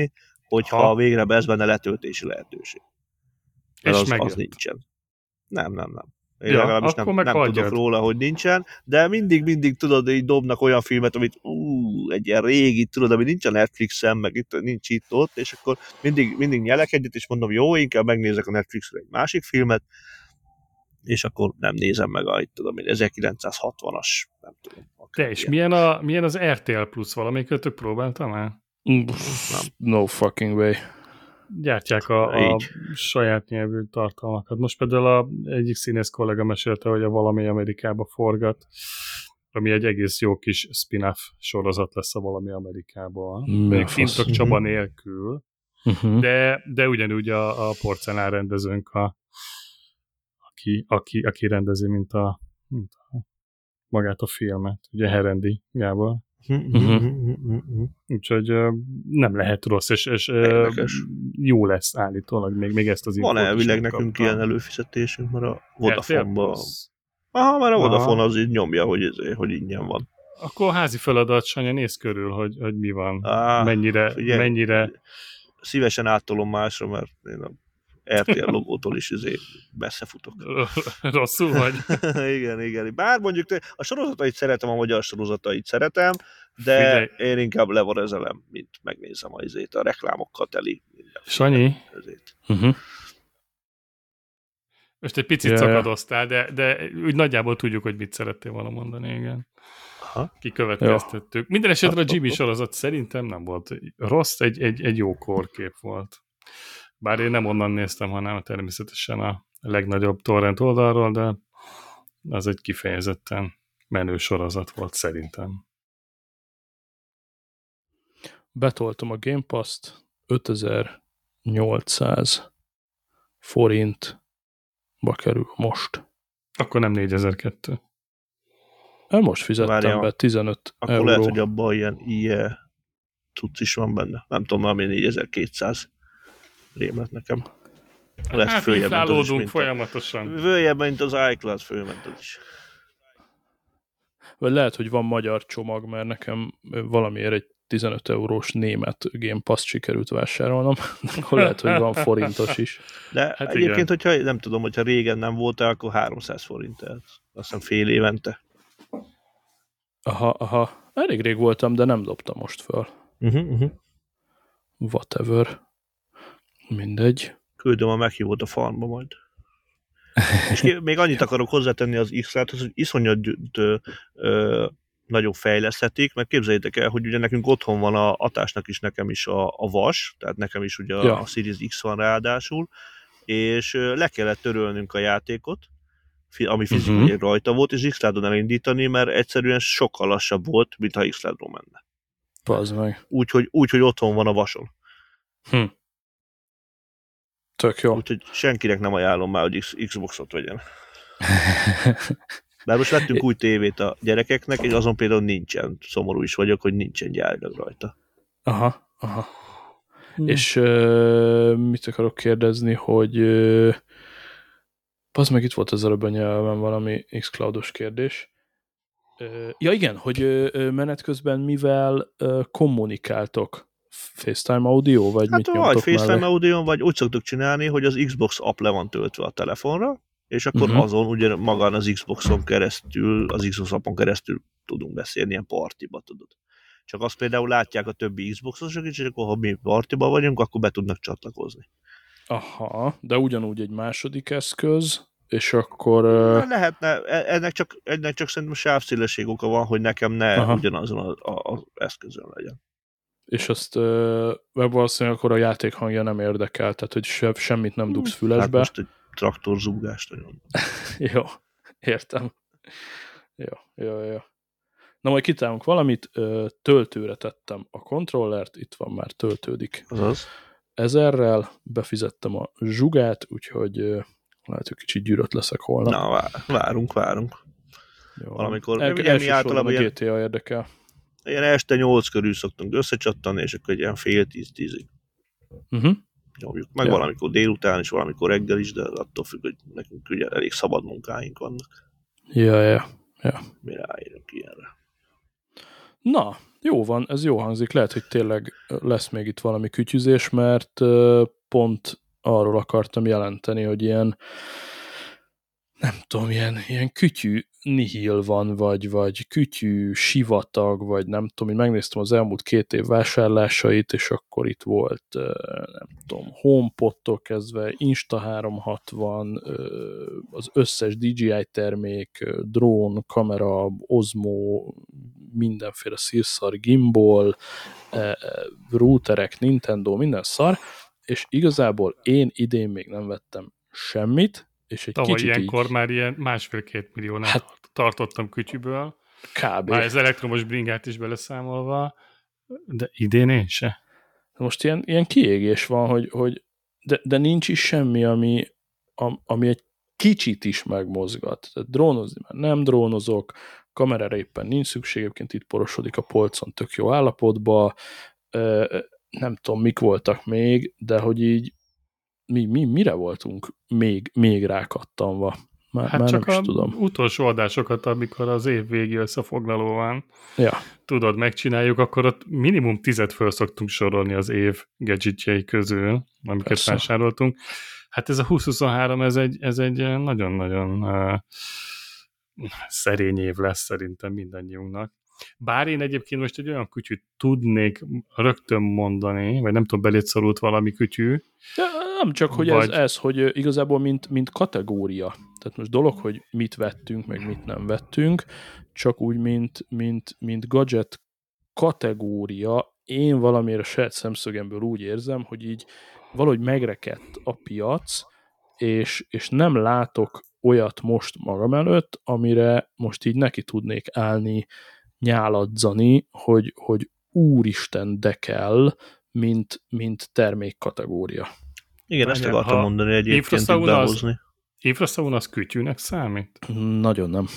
hogyha Ha. végre lesz benne letöltési lehetőség. Mert És az, megjött. az nincsen. Nem, nem, nem. Én Ja, legalábbis akkor nem, meg nem hagyjad. tudok róla, hogy nincsen, de mindig-mindig tudod, így dobnak olyan filmet, amit ú, egy ilyen régi, tudod, ami nincs a Netflixen, meg itt, nincs itt-ott, és akkor mindig, mindig nyelek egyet, és mondom, jó, inkább megnézek a Netflixre egy másik filmet, és akkor nem nézem meg a, itt tudom, ezerkilencszázhatvanas, nem tudom. De és ilyen. milyen, a, milyen az er té el Plus? Valamelyikötök próbáltam el? No fucking way. Gyártják a, a Így. saját nyelvű tartalmakat. Most például a, egyik színész kollega mesélte, hogy a Valami Amerikába forgat, ami egy egész jó kis spin-off sorozat lesz a Valami Amerikából. Még Fintok Csaba nélkül, Uh-huh. de, de ugyanúgy a, a porcelán rendezőnk, a, aki, aki, aki rendezi, mint a, mint a magát a filmet, ugye Herendi Gábor. Uh-huh. Úgyhogy nem lehet rossz, és, és Érdekes. jó lesz állítólag, még, még ezt az Van infót is elvileg nekünk megkaptam. ilyen előfizetésünk, mert a er té el Vodafone-ba... Plus. Aha, mert a Aha. Vodafone az így nyomja, hogy, ez, hogy ingyen van. Akkor házi feladat, Sanya, néz körül, hogy, hogy mi van. Á, mennyire, figyelj, mennyire... Szívesen áttolom másra, mert én a er té el logótól is izé messze futok. Rosszul vagy? igen, igen. Bár mondjuk a sorozatait szeretem, a magyar sorozatait szeretem, de Figyelj. én inkább levarezelem, mint megnézem a, izét, a reklámokkal teli. Sanyi? Uh-huh. Most egy picit Ja, szakadoztál, de, de úgy nagyjából tudjuk, hogy mit szerettél volna mondani, igen. Aha. Kikövetkeztettük. Minden esetre a Jimmy sorozat szerintem nem volt rossz, egy, egy, egy jó kórkép volt. Bár én nem onnan néztem, hanem természetesen a legnagyobb torrent oldalról, de az egy kifejezetten menő sorozat volt szerintem. Betoltam a Game Pass-t, ötezer-nyolcszáz forintba kerül most. Akkor nem négyezer-kettő. Most fizettem Várjál, be tizenöt akkor euró. lehet, hogy abban ilyen i e cucc is van benne. Nem tudom, ami négyezer-kétszáz rém lett nekem. Lehet Hát följebb, mint az is, inflálódunk mint folyamatosan. a, följebb, mint az iCloud, fölment az is. Vagy lehet, hogy van magyar csomag, mert nekem valamiért egy tizenöt eurós német Game Pass sikerült vásárolnom. Akkor lehet, hogy van forintos is. De Hát hát egyébként, igen. hogyha nem tudom, hogyha régen nem volt, akkor háromszáz forint. Azt hiszem fél évente. Aha, aha. Elég rég voltam, de nem dobtam most föl. Uh-huh, uh-huh. Whatever. Mindegy. Küldöm a meghívót a farmba majd. És ki, még annyit akarok hozzátenni az X-láthoz, hogy iszonyat ö, ö, nagyon fejleszthetik, mert képzeljétek el, hogy ugye nekünk otthon van a Atásnak is, nekem is a, a vas, tehát nekem is ugye Ja. a Series X van ráadásul, és ö, le kellett törölnünk a játékot, ami fizikailag uh-huh. rajta volt, és X-ládon elindítani, mert egyszerűen sokkal lassabb volt, mint ha X-ládról menne. Pazd meg. Úgyhogy úgy, hogy otthon van a vason. Hm. Tök jó. Úgyhogy senkinek nem ajánlom már, hogy X- Xboxot vegyen. Bár most vettünk új tévét a gyerekeknek, és azon például nincsen. Szomorú is vagyok, hogy nincsen gyárilag rajta. Aha, aha. Hm. És uh, mit akarok kérdezni, hogy uh, pazd meg, itt volt az előbb a nyelven valami X-Cloudos kérdés. Uh, ja igen, hogy uh, menet közben mivel uh, kommunikáltok? FaceTime audio, vagy hát mit vagy nyomtok FaceTime mellé? audio, vagy úgy szoktuk csinálni, hogy az Xbox app le van töltve a telefonra, és akkor Uh-huh. uh-huh. azon ugye magán az Xboxon keresztül, az Xbox appon keresztül tudunk beszélni, ilyen partiba, tudod. Csak azt például látják a többi Xboxosok is, és akkor ha mi partiba vagyunk, akkor be tudnak csatlakozni. Aha, de ugyanúgy egy második eszköz, és akkor... Uh... Lehetne, ennek csak, ennek csak szerintem sávszélesség oka van, hogy nekem ne Aha. ugyanazon az eszközön legyen. És azt uh, valószínűleg akkor a játék hangja nem érdekel, tehát hogy se, semmit nem dugsz fülesbe. Hát most egy traktorzúgást nagyon. Jó, értem. Jó, jó, jó. Na majd kitálunk valamit, töltőre tettem a kontrollert, itt van már, töltődik. Azaz. Ezerrel befizettem a zsugát, úgyhogy lehet, hogy kicsit gyűrött leszek holnap. Na, vár, várunk, várunk. Jó. Valamikor, El, ugye mi általában a ilyen, gé té á érdekel. ilyen este nyolc körül szoktunk összecsattani, és akkor egy ilyen fél tíz-tízig Uh-huh. nyomjuk. Meg Ja. valamikor délután, és valamikor reggel is, de attól függ, hogy nekünk ugye elég szabad munkáink vannak. Ja, ja, ja. Mi ráérünk ilyenre. Na, jó van, ez jó hangzik. Lehet, hogy tényleg lesz még itt valami kütyüzés, mert pont arról akartam jelenteni, hogy ilyen nem tudom, ilyen, ilyen kütyű nihil van, vagy, vagy kütyű sivatag, vagy nem tudom, én megnéztem az elmúlt két év vásárlásait, és akkor itt volt, nem tudom, HomePod-tól kezdve, Insta háromszázhatvan, az összes dé jé i termék, drón, kamera, Osmo, mindenféle szírszar, gimbal, routerek, Nintendo, minden szar, és igazából én idén még nem vettem semmit, és egy Tavaly kicsit ilyenkor így... már ilyen másfél-két milliónál hát, tartottam kütyűből. Kb. Már az elektromos bringát is beleszámolva, de idén én se. Most ilyen, ilyen kiégés van, hogy, hogy de, de nincs is semmi, ami, ami egy kicsit is megmozgat. Tehát drónozni már nem drónozok, kamerára éppen nincs szükség, egyébként itt porosodik a polcon tök jó állapotba, nem tudom, mik voltak még, de hogy így mi, mi mire voltunk még, még rákattanva? Már, hát már csak nem a is tudom. utolsó adásokat, amikor az év végi összefoglaló van, ja. tudod, megcsináljuk, akkor ott minimum tizet föl szoktunk sorolni az év gadgetjei közül, amiket Persze. vásároltunk. Hát ez a húsz huszonhárom, ez egy, ez egy nagyon-nagyon uh, szerény év lesz szerintem mindannyiunknak. Bár én egyébként most egy olyan kütyűt tudnék rögtön mondani, vagy nem tudom, belét szorult valami kütyű. Ja, nem csak, hogy vagy... ez, ez, hogy igazából mint, mint kategória. Tehát most dolog, hogy mit vettünk, meg mit nem vettünk, csak úgy, mint, mint, mint gadget kategória, én valamiért a saját szemszögemből úgy érzem, hogy így valahogy megrekedt a piac, és, és nem látok olyat most magam előtt, amire most így neki tudnék állni, nyáladzani, hogy, hogy úristen, de kell, mint, mint termékkategória. Igen, Várjál, ezt akartam mondani egyébként itt behozni. Infrasound az kütyűnek számít? Nagyon nem.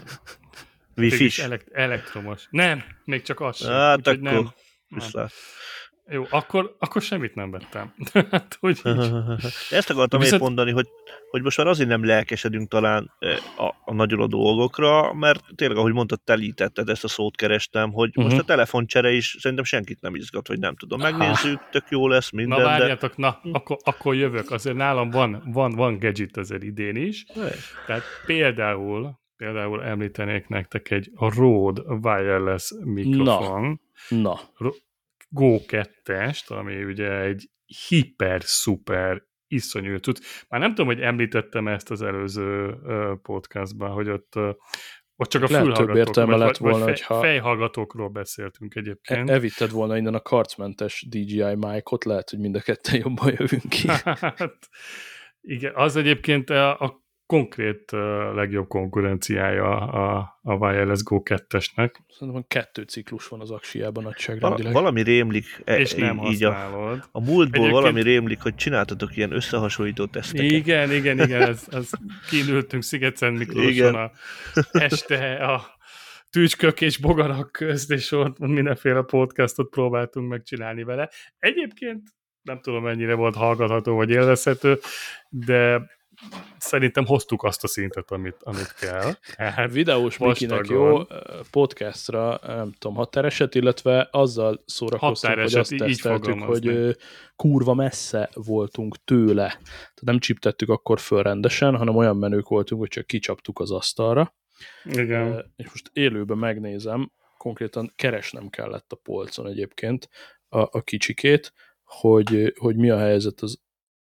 Wi-Fi-s. Elekt- elektromos. Nem, még csak az sem. Hát Úgyhogy akkor nem. viszlát. Jó, akkor, akkor semmit nem vettem. hát, hogy Ezt akartam Viszont... épp mondani, hogy, hogy most már azért nem lelkesedünk talán a, a nagyon a dolgokra, mert tényleg, ahogy mondtad, telítetted, ezt a szót kerestem, hogy uh-huh. most a telefoncsere is szerintem senkit nem izgat, vagy nem tudom. Megnézzük, tök jó lesz minden. Na várjátok, de... na, akkor, akkor jövök. Azért nálam van, van, van gadget azért idén is. Ne. Tehát például, például említenék nektek egy Rode Wireless mikrofon. Na. Na. Ro- Go kettest, ami ugye egy hiper-szuper iszonyú tud. Már nem tudom, hogy említettem ezt az előző podcastban, hogy ott, ott csak a fülhallgatókról, vagy, volna, vagy fej, fejhallgatókról beszéltünk egyébként. Evitted volna innen a karcmentes dé jé i mic-ot, lehet, hogy mind a ketten jobban jövünk ki. hát, igen, az egyébként a, a konkrét uh, legjobb konkurenciája a, a Wireless Go kettesnek. Szerintem kettő ciklus van az aksiában nagyságrendileg. Val- valami rémlik. E- és nem így használod. A, a múltból Egyébként... valami rémlik, hogy csináltatok ilyen összehasonlító teszteket. Igen, igen, igen, ez, ez kinültünk Sziget-Szent Miklóson a este a tücskök és bogarak közt, és ott mindenféle podcastot próbáltunk megcsinálni vele. Egyébként nem tudom, mennyire volt hallgatható vagy élvezhető, de szerintem hoztuk azt a szintet, amit, amit kell. Hát videós Mikinek jó, podcastra, nem tudom, határeset, illetve azzal szórakoztunk, hogy azt teszteltük, hogy kurva messze voltunk tőle. Tehát nem csiptettük akkor föl rendesen, hanem olyan menők voltunk, hogy csak kicsaptuk az asztalra. Igen. És most élőben megnézem, konkrétan keresnem kellett a polcon egyébként a, a kicsikét, hogy, hogy mi a helyzet az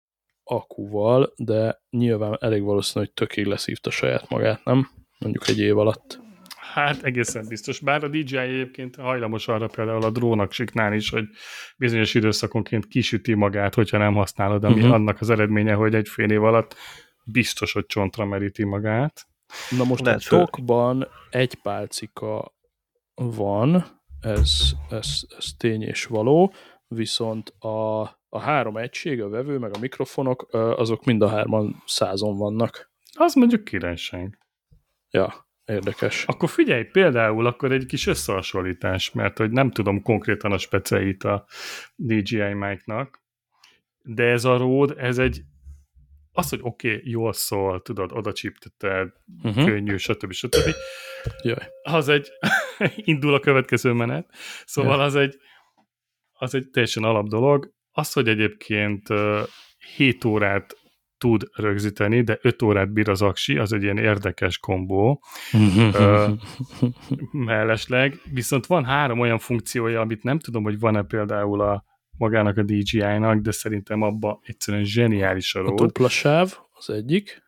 akkuval, de nyilván elég valószínű, hogy tökig leszívta saját magát, nem? Mondjuk egy év alatt. Hát egészen biztos. Bár a dé jé i egyébként hajlamos arra például a drónaksiknál is, hogy bizonyos időszakonként kisüti magát, hogyha nem használod, ami uh-huh. annak az eredménye, hogy egy fél év alatt biztos, hogy csontra meríti magát. Na most lehet a tokban egy pálcika van, ez, ez, ez tény és való, viszont a, a három egység, a vevő, meg a mikrofonok, azok mind a hárman százon vannak. Az mondjuk királyság. Ja, érdekes. Akkor figyelj, például akkor egy kis összehasonlítás, mert hogy nem tudom konkrétan a specieit a dé jé i mic-nak, de ez a Rode, ez egy az, hogy oké, okay, jól szól, tudod, oda csíptetted, uh-huh. könnyű, stb. stb. Jaj. Az egy, indul a következő menet. Szóval ja. az egy az egy teljesen alap dolog. Az, hogy egyébként hét órát tud rögzíteni, de öt órát bír az aksi, az egy ilyen érdekes kombó uh, mellesleg. Viszont van három olyan funkciója, amit nem tudom, hogy van-e például a magának a dé jé í-nak, de szerintem abban egyszerűen zseniális a A dupla sáv az egyik.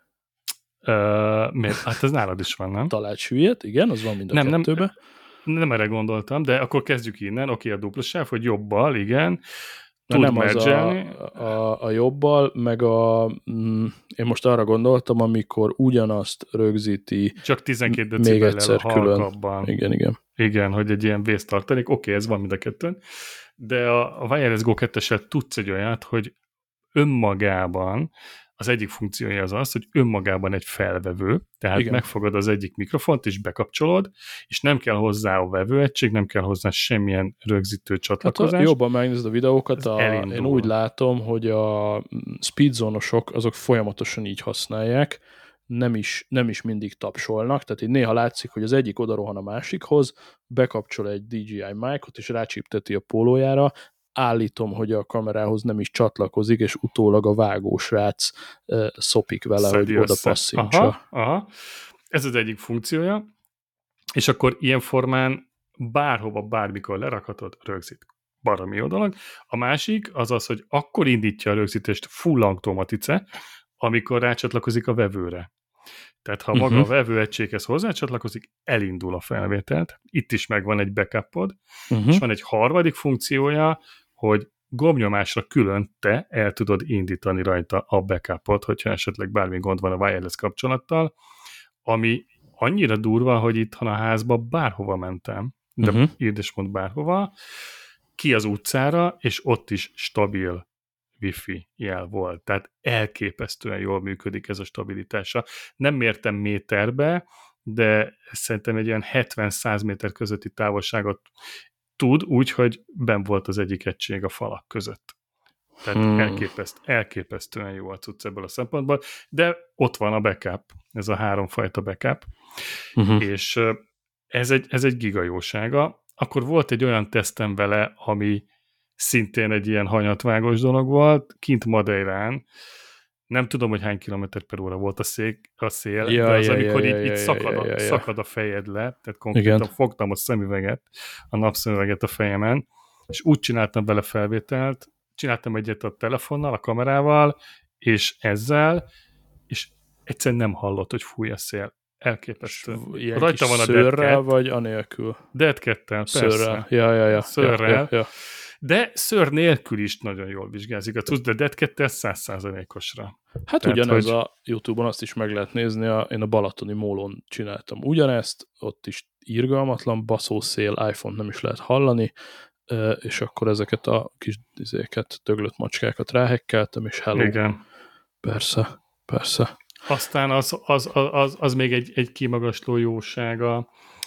Uh, miért? Hát ez nálad is van, nem? Talált hülyet, igen, az van mind a nem, kettőben. Nem, nem erre gondoltam, de akkor kezdjük innen. Oké, okay, a dupla sáv, hogy jobbal, igen. Tud nem az a, a, a jobbal, meg a... Mm, én most arra gondoltam, amikor ugyanazt rögzíti csak tizenkét még decibellel egyszer a halkabban. Külön. Igen, igen. Igen, hogy egy ilyen vésztartalék. Oké, okay, ez van mind a kettőn. De a, a Wireless Go kettessel tudsz egy olyat, hogy önmagában az egyik funkciója az az, hogy önmagában egy felvevő, tehát igen. megfogod az egyik mikrofont, és bekapcsolod, és nem kell hozzá a vevőegység, nem kell hozzá semmilyen rögzítő csatlakozás. Hát, jobban megnézed a videókat, a, én úgy látom, hogy a speedzónosok azok folyamatosan így használják, nem is, nem is mindig tapsolnak, tehát így néha látszik, hogy az egyik odarohan a másikhoz, bekapcsol egy dé jé í mic-ot, és rácsípteti a pólójára, állítom, hogy a kamerához nem is csatlakozik, és utólag a vágósrác uh, szopik vele, Szedi hogy oda passzintsa. Aha, aha. Ez az egyik funkciója, és akkor ilyen formán bárhova, bármikor lerakhatod, rögzít. Baromi jó dolog. A másik az az, hogy akkor indítja a rögzítést full automatice, amikor rácsatlakozik a vevőre. Tehát ha maga uh-huh. a vevőegységhez hozzácsatlakozik, elindul a felvételt. Itt is megvan egy backupod, uh-huh. és van egy harmadik funkciója, hogy gombnyomásra külön te el tudod indítani rajta a backupot, hogyha esetleg bármi gond van a wireless kapcsolattal, ami annyira durva, hogy itthon a házba bárhova mentem, de uh-huh. írd és mondd bárhova, ki az utcára, és ott is stabil wifi jel volt. Tehát elképesztően jól működik ez a stabilitása. Nem mértem méterbe, de szerintem egy olyan hetven-száz méter közötti távolságot tud, úgyhogy benn volt az egyik egység a falak között. Tehát hmm. elképeszt, elképesztően jó a cucc ebből a szempontból, de ott van a backup, ez a háromfajta backup, uh-huh. és ez egy, ez egy gigajósága. Akkor volt egy olyan tesztem vele, ami szintén egy ilyen hanyatvágos dolog volt, kint Madeirán, nem tudom, hogy hány kilométer per óra volt a, szék, a szél, ja, de az, ja, amikor ja, így, ja, így szakad, ja, ja, ja. szakad a fejed le, tehát konkrétan igen. fogtam a szemüveget, a napszemüveget a fejemen, és úgy csináltam vele felvételt, csináltam egyet a telefonnal, a kamerával, és ezzel, és egyszerűen nem hallott, hogy fúj a szél. Elképesztő. Ilyen rajta van a szőrrel, vagy anélkül? Dead Cat-tel, persze. Szőrrel, ja, ja, ja. Szőrrel. Ja, ja, ja. De szőr nélkül is nagyon jól vizsgázik a cucc, de Dead Cat-tel száz százalékosra. Hát tehát, ugyanez hogy... a YouTube-on azt is meg lehet nézni, a, én a balatoni mólon csináltam ugyanezt, ott is irgalmatlan baszószél, iPhone-t nem is lehet hallani, és akkor ezeket a kis izéket, döglött macskákat ráhekkeltem, és hello. Igen. Persze, persze. Aztán az, az, az, az még egy, egy kimagasló jósága,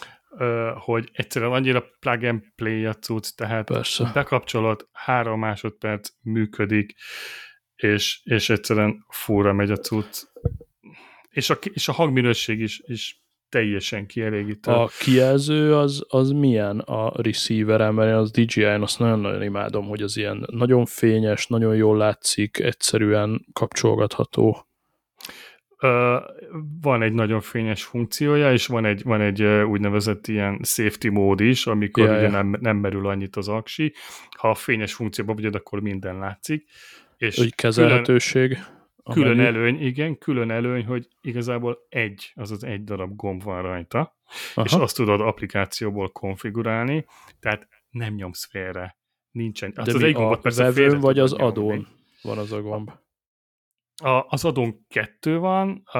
hogy egyszerűen annyira plug and play a cucc, tehát persze. bekapcsolod, három másodperc működik, és, és egyszerűen fúra megy a cucc. És a, és a hangminőség is, is teljesen kielégítő. A kijelző az, az milyen a receiver-en, mert én az dé jé í-n azt nagyon-nagyon imádom, hogy az ilyen nagyon fényes, nagyon jól látszik, egyszerűen kapcsolgatható. Uh, van egy nagyon fényes funkciója, és van egy, van egy uh, úgynevezett ilyen safety mód is, amikor yeah, ugye yeah. Nem, nem merül annyit az aksi. Ha a fényes funkcióban vagyod, akkor minden látszik. És úgy kezelhetőség. Külön, külön előny, igen, külön előny, hogy igazából egy, azaz egy darab gomb van rajta, aha. és azt tudod applikációból konfigurálni, tehát nem nyomsz félre. Nincsen. De az, az egy a vevőn vagy az adón nyomni. Van az a gomb? A, az adón kettő van, a,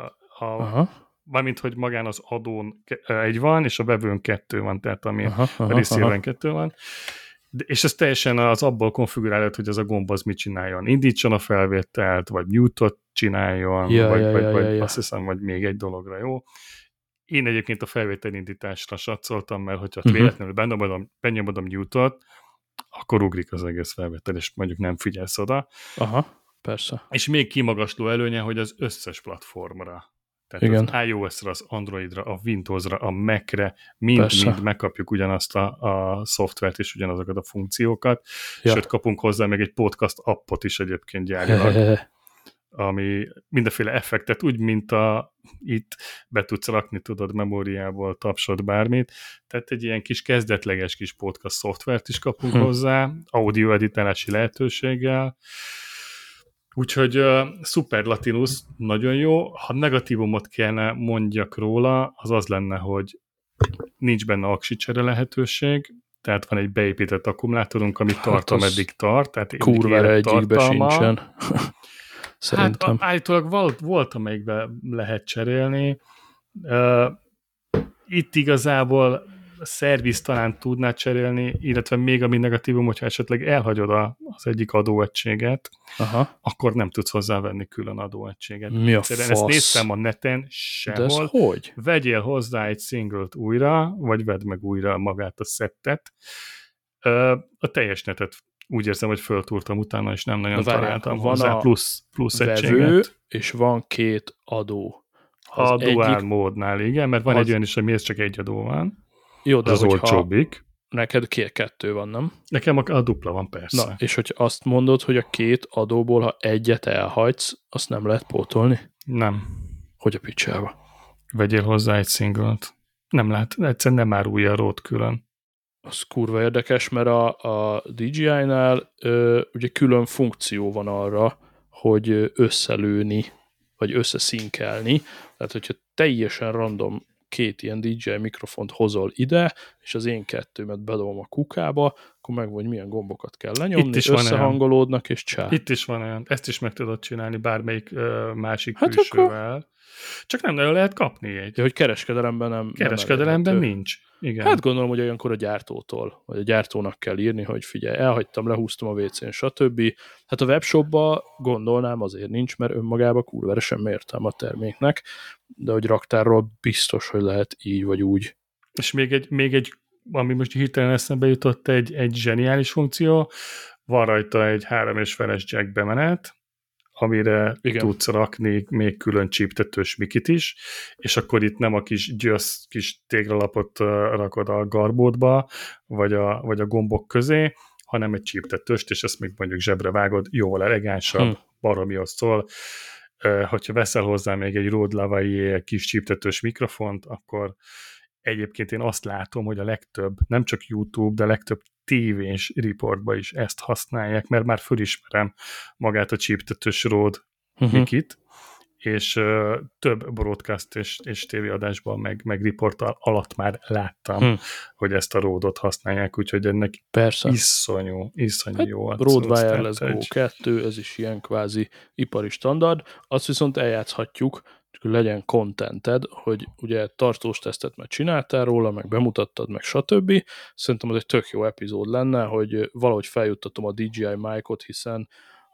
a, mármint, hogy magán az adón egy van, és a vevőn kettő van, tehát ami aha, a receiver-en kettő van. De, és ez teljesen az abból konfigurálod, hogy az a gomb az mit csináljon. Indítson a felvételt, vagy mute-ot csináljon, ja, vagy, ja, vagy, ja, vagy ja, ja. azt hiszem, vagy még egy dologra, jó? Én egyébként a felvételindításra satszoltam, mert hogyha uh-huh. véletlenül benyomodom, benyomodom mute-ot, akkor ugrik az egész felvétel, és mondjuk nem figyelsz oda. Aha. Persze. És még kimagasló előnye, hogy az összes platformra Tehát igen. az iOS-ra, az Androidra, a Windowsra, a Mac-re mind-mind megkapjuk ugyanazt a, a szoftvert és ugyanazokat a funkciókat, ja. Sőt, kapunk hozzá még egy podcast appot is egyébként gyárilag, ami mindenféle effektet, úgy, mint a itt be tudsz rakni, tudod, memóriából, tapsod, bármit. Tehát egy ilyen kis kezdetleges kis podcast szoftvert is kapunk hm. hozzá, audio editálási lehetőséggel. Úgyhogy uh, Super Latinus nagyon jó. Ha negatívumot kellene mondjak róla, az az lenne, hogy nincs benne aksicsere lehetőség, tehát van egy beépített akkumulátorunk, ami hát tart, ameddig tart. Tehát kurvára egyikbe sincsen. Szerintem. Hát állítólag volt, volt, amelyikben lehet cserélni. Uh, itt igazából a szerviz talán tudná cserélni, illetve még ami negatívum, hogyha esetleg elhagyod a, az egyik adóegységet, aha. akkor nem tudsz hozzávenni külön adóegységet. Mi a fasz? Ezt néztem a neten, sehol. De ez hogy? Vegyél hozzá egy singlet újra, vagy vedd meg újra magát a szettet. A teljes netet úgy érzem, hogy föltúrtam utána, és nem nagyon várjál, találtam van hozzá a plusz, plusz vevő, egységet. És van két adó. Az a dual egyik... módnál, igen, mert van az... egy olyan is, amihez csak egy adó van. Jó, de az olcsóbbik. Neked két kettő van, nem? Nekem a, a dupla van, persze. Na, és hogy azt mondod, hogy a két adóból, ha egyet elhagysz, azt nem lehet pótolni? Nem. Hogy a picsába? Vegyél hozzá egy singlet. Nem lehet, egyszerűen nem árulj a rót külön. Az kurva érdekes, mert a, a dé jé í-nál ö, ugye külön funkció van arra, hogy összelőni, vagy összeszinkelni. Tehát, hogyha teljesen random két ilyen dé jé í mikrofont hozol ide, és az én kettőmet bedobom a kukába, akkor meg vagy milyen gombokat kell lenyomni, összehangolódnak, és csá. Itt is van olyan. Ezt is meg tudod csinálni bármelyik uh, másik hát külsővel. Akkor... Csak nem nagyon lehet kapni egy. Ja, hogy kereskedelemben nem Kereskedelemben nem nincs. Igen. Hát gondolom, hogy olyankor a gyártótól, vagy a gyártónak kell írni, hogy figyelj, elhagytam, lehúztam a vécén, stb. Hát a webshopba gondolnám azért nincs, mert önmagában kurvára sem értem a terméknek, de hogy raktárról biztos, hogy lehet így vagy úgy. És még egy, még egy ami most hirtelen eszembe jutott, egy, egy zseniális funkció, van rajta egy három és feles jack bemenet, amire igen. tudsz rakni még külön csíptetős mikit is, és akkor itt nem a kis gyösz, kis téglalapot rakod a garbódba, vagy a, vagy a gombok közé, hanem egy csíptetőst, és ezt még mondjuk zsebre vágod, jóval elegánsabb, hm. baromihoz szól. Hogyha veszel hozzá még egy Rode Lavalier kis csíptetős mikrofont, akkor egyébként én azt látom, hogy a legtöbb, nem csak YouTube, de a legtöbb tévés riportban is ezt használják, mert már fölismerem magát a csíptetős Rode uh-huh. mikit, és uh, több broadcast és, és tévéadásban, meg, meg riport alatt már láttam, hmm. hogy ezt a Rode-ot használják, úgyhogy ennek persze. iszonyú, iszonyú hát jó. Rode Wireless Go kettő, ez is ilyen kvázi ipari standard, azt viszont eljátszhatjuk, hogy legyen contented, hogy ugye tartós tesztet már csináltál róla, meg bemutattad, meg stb. Szerintem az egy tök jó epizód lenne, hogy valahogy feljuttatom a dé jé í mic-ot, hiszen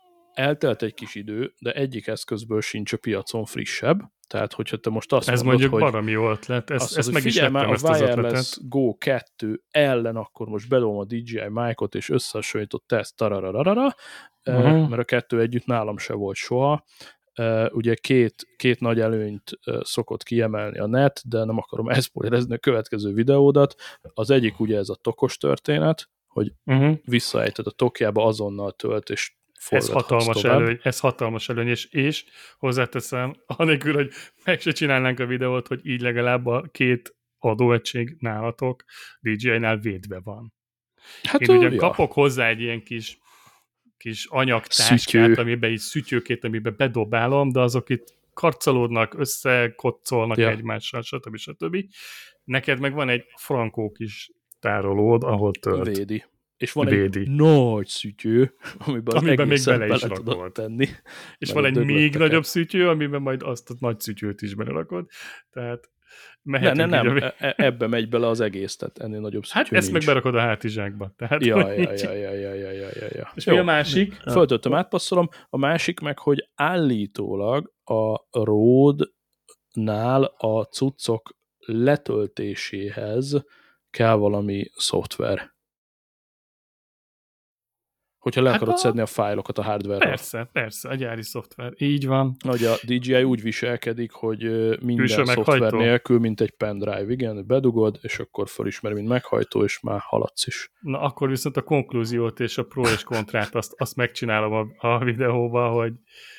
eltelt egy kis idő, de egyik eszközből sincs a piacon frissebb, tehát hogyha te most azt ez mondod, mondjuk hogy... baromi jó ötlet, ezt, azt ezt meg is vettem, ezt az ötletet. A Wireless Go kettő ellen akkor most bedobom a dé jé í mic-ot, és összehasonlított teszt, tarararara, uh-huh. mert a kettő együtt nálam se volt soha. Uh, ugye két, két nagy előnyt uh, szokott kiemelni a net, de nem akarom elszpoilerezni a következő videódat. Az egyik ugye ez a tokos történet, hogy uh-huh. visszaejted a tokjába, azonnal tölt, és ez hatalmas előny, ez hatalmas előny, és, és hozzáteszem, anélkül, hogy meg se csinálnánk a videót, hogy így legalább a két adóegység nálatok dé jé í-nál védve van. Hát én ugyan ja. kapok hozzá egy ilyen kis kis anyagtáskát, Szütyő. amiben így szütyőkét, amiben bedobálom, de azok itt karcolódnak, összekoccolnak ja. egymással, stb. stb. Neked meg van egy frankó kis tárolód, ahol tölt. Védi. És van Védi. egy nagy szütyő, amiben, amiben még bele is rakod tenni. És van egy még nagyobb szütyő, amiben majd azt a nagy szütyőt is belerakod. Tehát ne, ne, nem, a... ebbe megy bele az egész, tehát ennél nagyobb szütyő Hát ezt nincs. Meg berakod a hátizsákba. Tehát ja, ja, ja, ja, ja, ja, ja, ja, ja. És jó, mi a másik? Föltöltöm, átpasszolom. A másik meg, hogy állítólag a Rode-nál a cuccok letöltéséhez kell valami szoftver. Hogyha le Hát akarod a- szedni a fájlokat a hardware-ről. Persze, persze, a gyári szoftver. Így van. Hogy a dé jé i úgy viselkedik, hogy ö, minden Külső szoftver meghajtó? nélkül, mint egy pendrive, igen, bedugod, és akkor felismeri, mint meghajtó, és már haladsz is. Na akkor viszont a konklúziót és a pro és kontrát azt, azt megcsinálom a, a videóban, hogy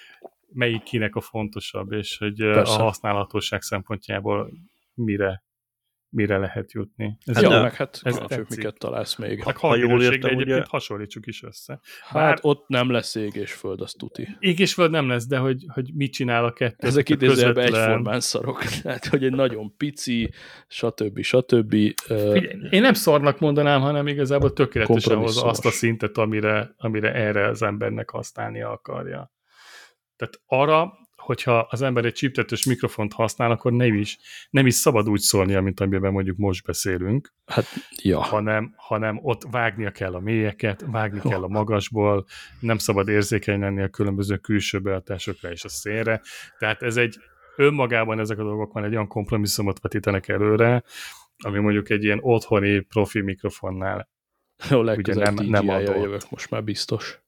melyik kinek a fontosabb, és hogy ö, a Persze. használhatóság szempontjából mire, mire lehet jutni. Ez Hát de- jó, meg hát ez kíváncsi, tetszik. miket találsz még. Meg ha jól hangminőségre értem, egyébként ugye- hasonlítsuk is össze. Hát Bár ott nem lesz ég és föld, az tuti. ég és föld nem lesz, de hogy, hogy mit csinál a kettő. Ezek a idézőjelben közvetlen- egyformán szarok. Tehát, hogy egy nagyon pici, stb. stb. Ö, Figyelj, én nem szarnak mondanám, hanem igazából tökéletesen hozza Kompromisszumos. azt a szintet, amire, amire erre az embernek használnia akarja. Tehát arra, hogyha az ember egy chiptetős mikrofont használ, akkor nem is, nem is szabad úgy szólnia, mint amiben mondjuk most beszélünk, Hát, ja. hanem, hanem ott vágnia kell a mélyeket, vágni Jó. kell a magasból, nem szabad érzékeny lenni a különböző külső behatásokra és a szélre. Tehát ez egy önmagában ezek a dolgok már egy olyan kompromisszumot vetítenek előre, ami mondjuk egy ilyen otthoni profi mikrofonnál. Jó, legközelebb nem- dé nem jé i-jel adott. jövök, most már biztos.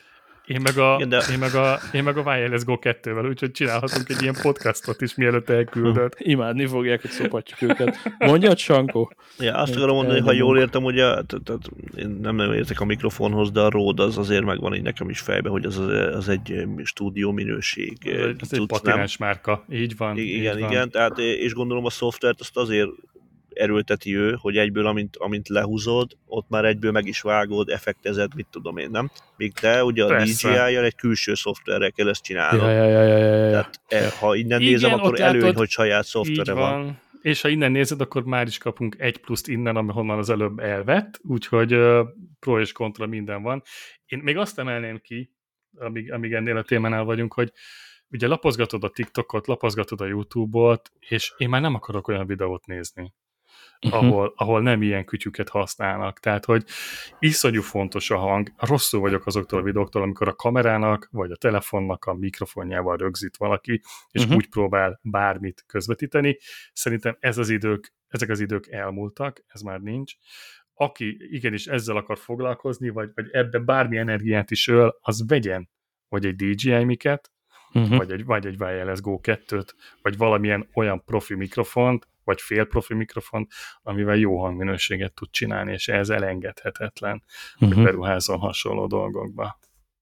Én meg a, Igen, de- én meg a, én meg a Wireless Go kettővel, úgyhogy csinálhatunk egy ilyen podcastot is, mielőtt elküldöd. Imádni fogják, hogy szopatjuk őket. Mondjad, Sankó? Ja, azt Én- akarom mondani, ha elnyomom. jól értem, ugye, tehát, tehát én nem nagyon értek a mikrofonhoz, de a Rode az azért megvan így nekem is fejbe, hogy az, az egy stúdió minőség. Ez egy, ez egy cucc, nem? patinás márka. Így van. I- így Igen, van. igen, tehát, és gondolom a szoftvert azt azért erőlteti ő, hogy egyből, amint, amint lehúzod, ott már egyből meg is vágod, effektezed, mit tudom én, nem? Míg te ugye a Persze. dé jé i-jel egy külső szoftverrel kell ezt csinálnod. Ja, ja, ja, ja, ja, ja. Tehát e, ha innen Igen, nézem, akkor ott előny, látod, hogy saját Így szoftvere van. van. És ha innen nézed, akkor már is kapunk egy pluszt innen, ahonnan az előbb elvett, úgyhogy uh, pro és kontra minden van. Én még azt emelném ki, amíg, amíg ennél a témánál vagyunk, hogy ugye lapozgatod a TikTokot, lapozgatod a YouTube-ot, és én már nem akarok olyan videót nézni, Uh-huh. ahol, ahol nem ilyen kütyüket használnak. Tehát, hogy iszonyú fontos a hang. Rosszul vagyok azoktól a videóktól, amikor a kamerának, vagy a telefonnak a mikrofonjával rögzít valaki, és Uh-huh. úgy próbál bármit közvetíteni. Szerintem ez az idők, ezek az idők elmúltak, ez már nincs. Aki igenis ezzel akar foglalkozni, vagy, vagy ebbe bármi energiát is öl, az vegyen vagy egy dé jé i miket, Uh-huh. vagy egy, vagy egy Wireless Go kettőt, vagy valamilyen olyan profi mikrofont, vagy fél profi mikrofont, amivel jó hangminőséget tud csinálni, és ez elengedhetetlen, hogy Uh-huh. beruházom hasonló dolgokba.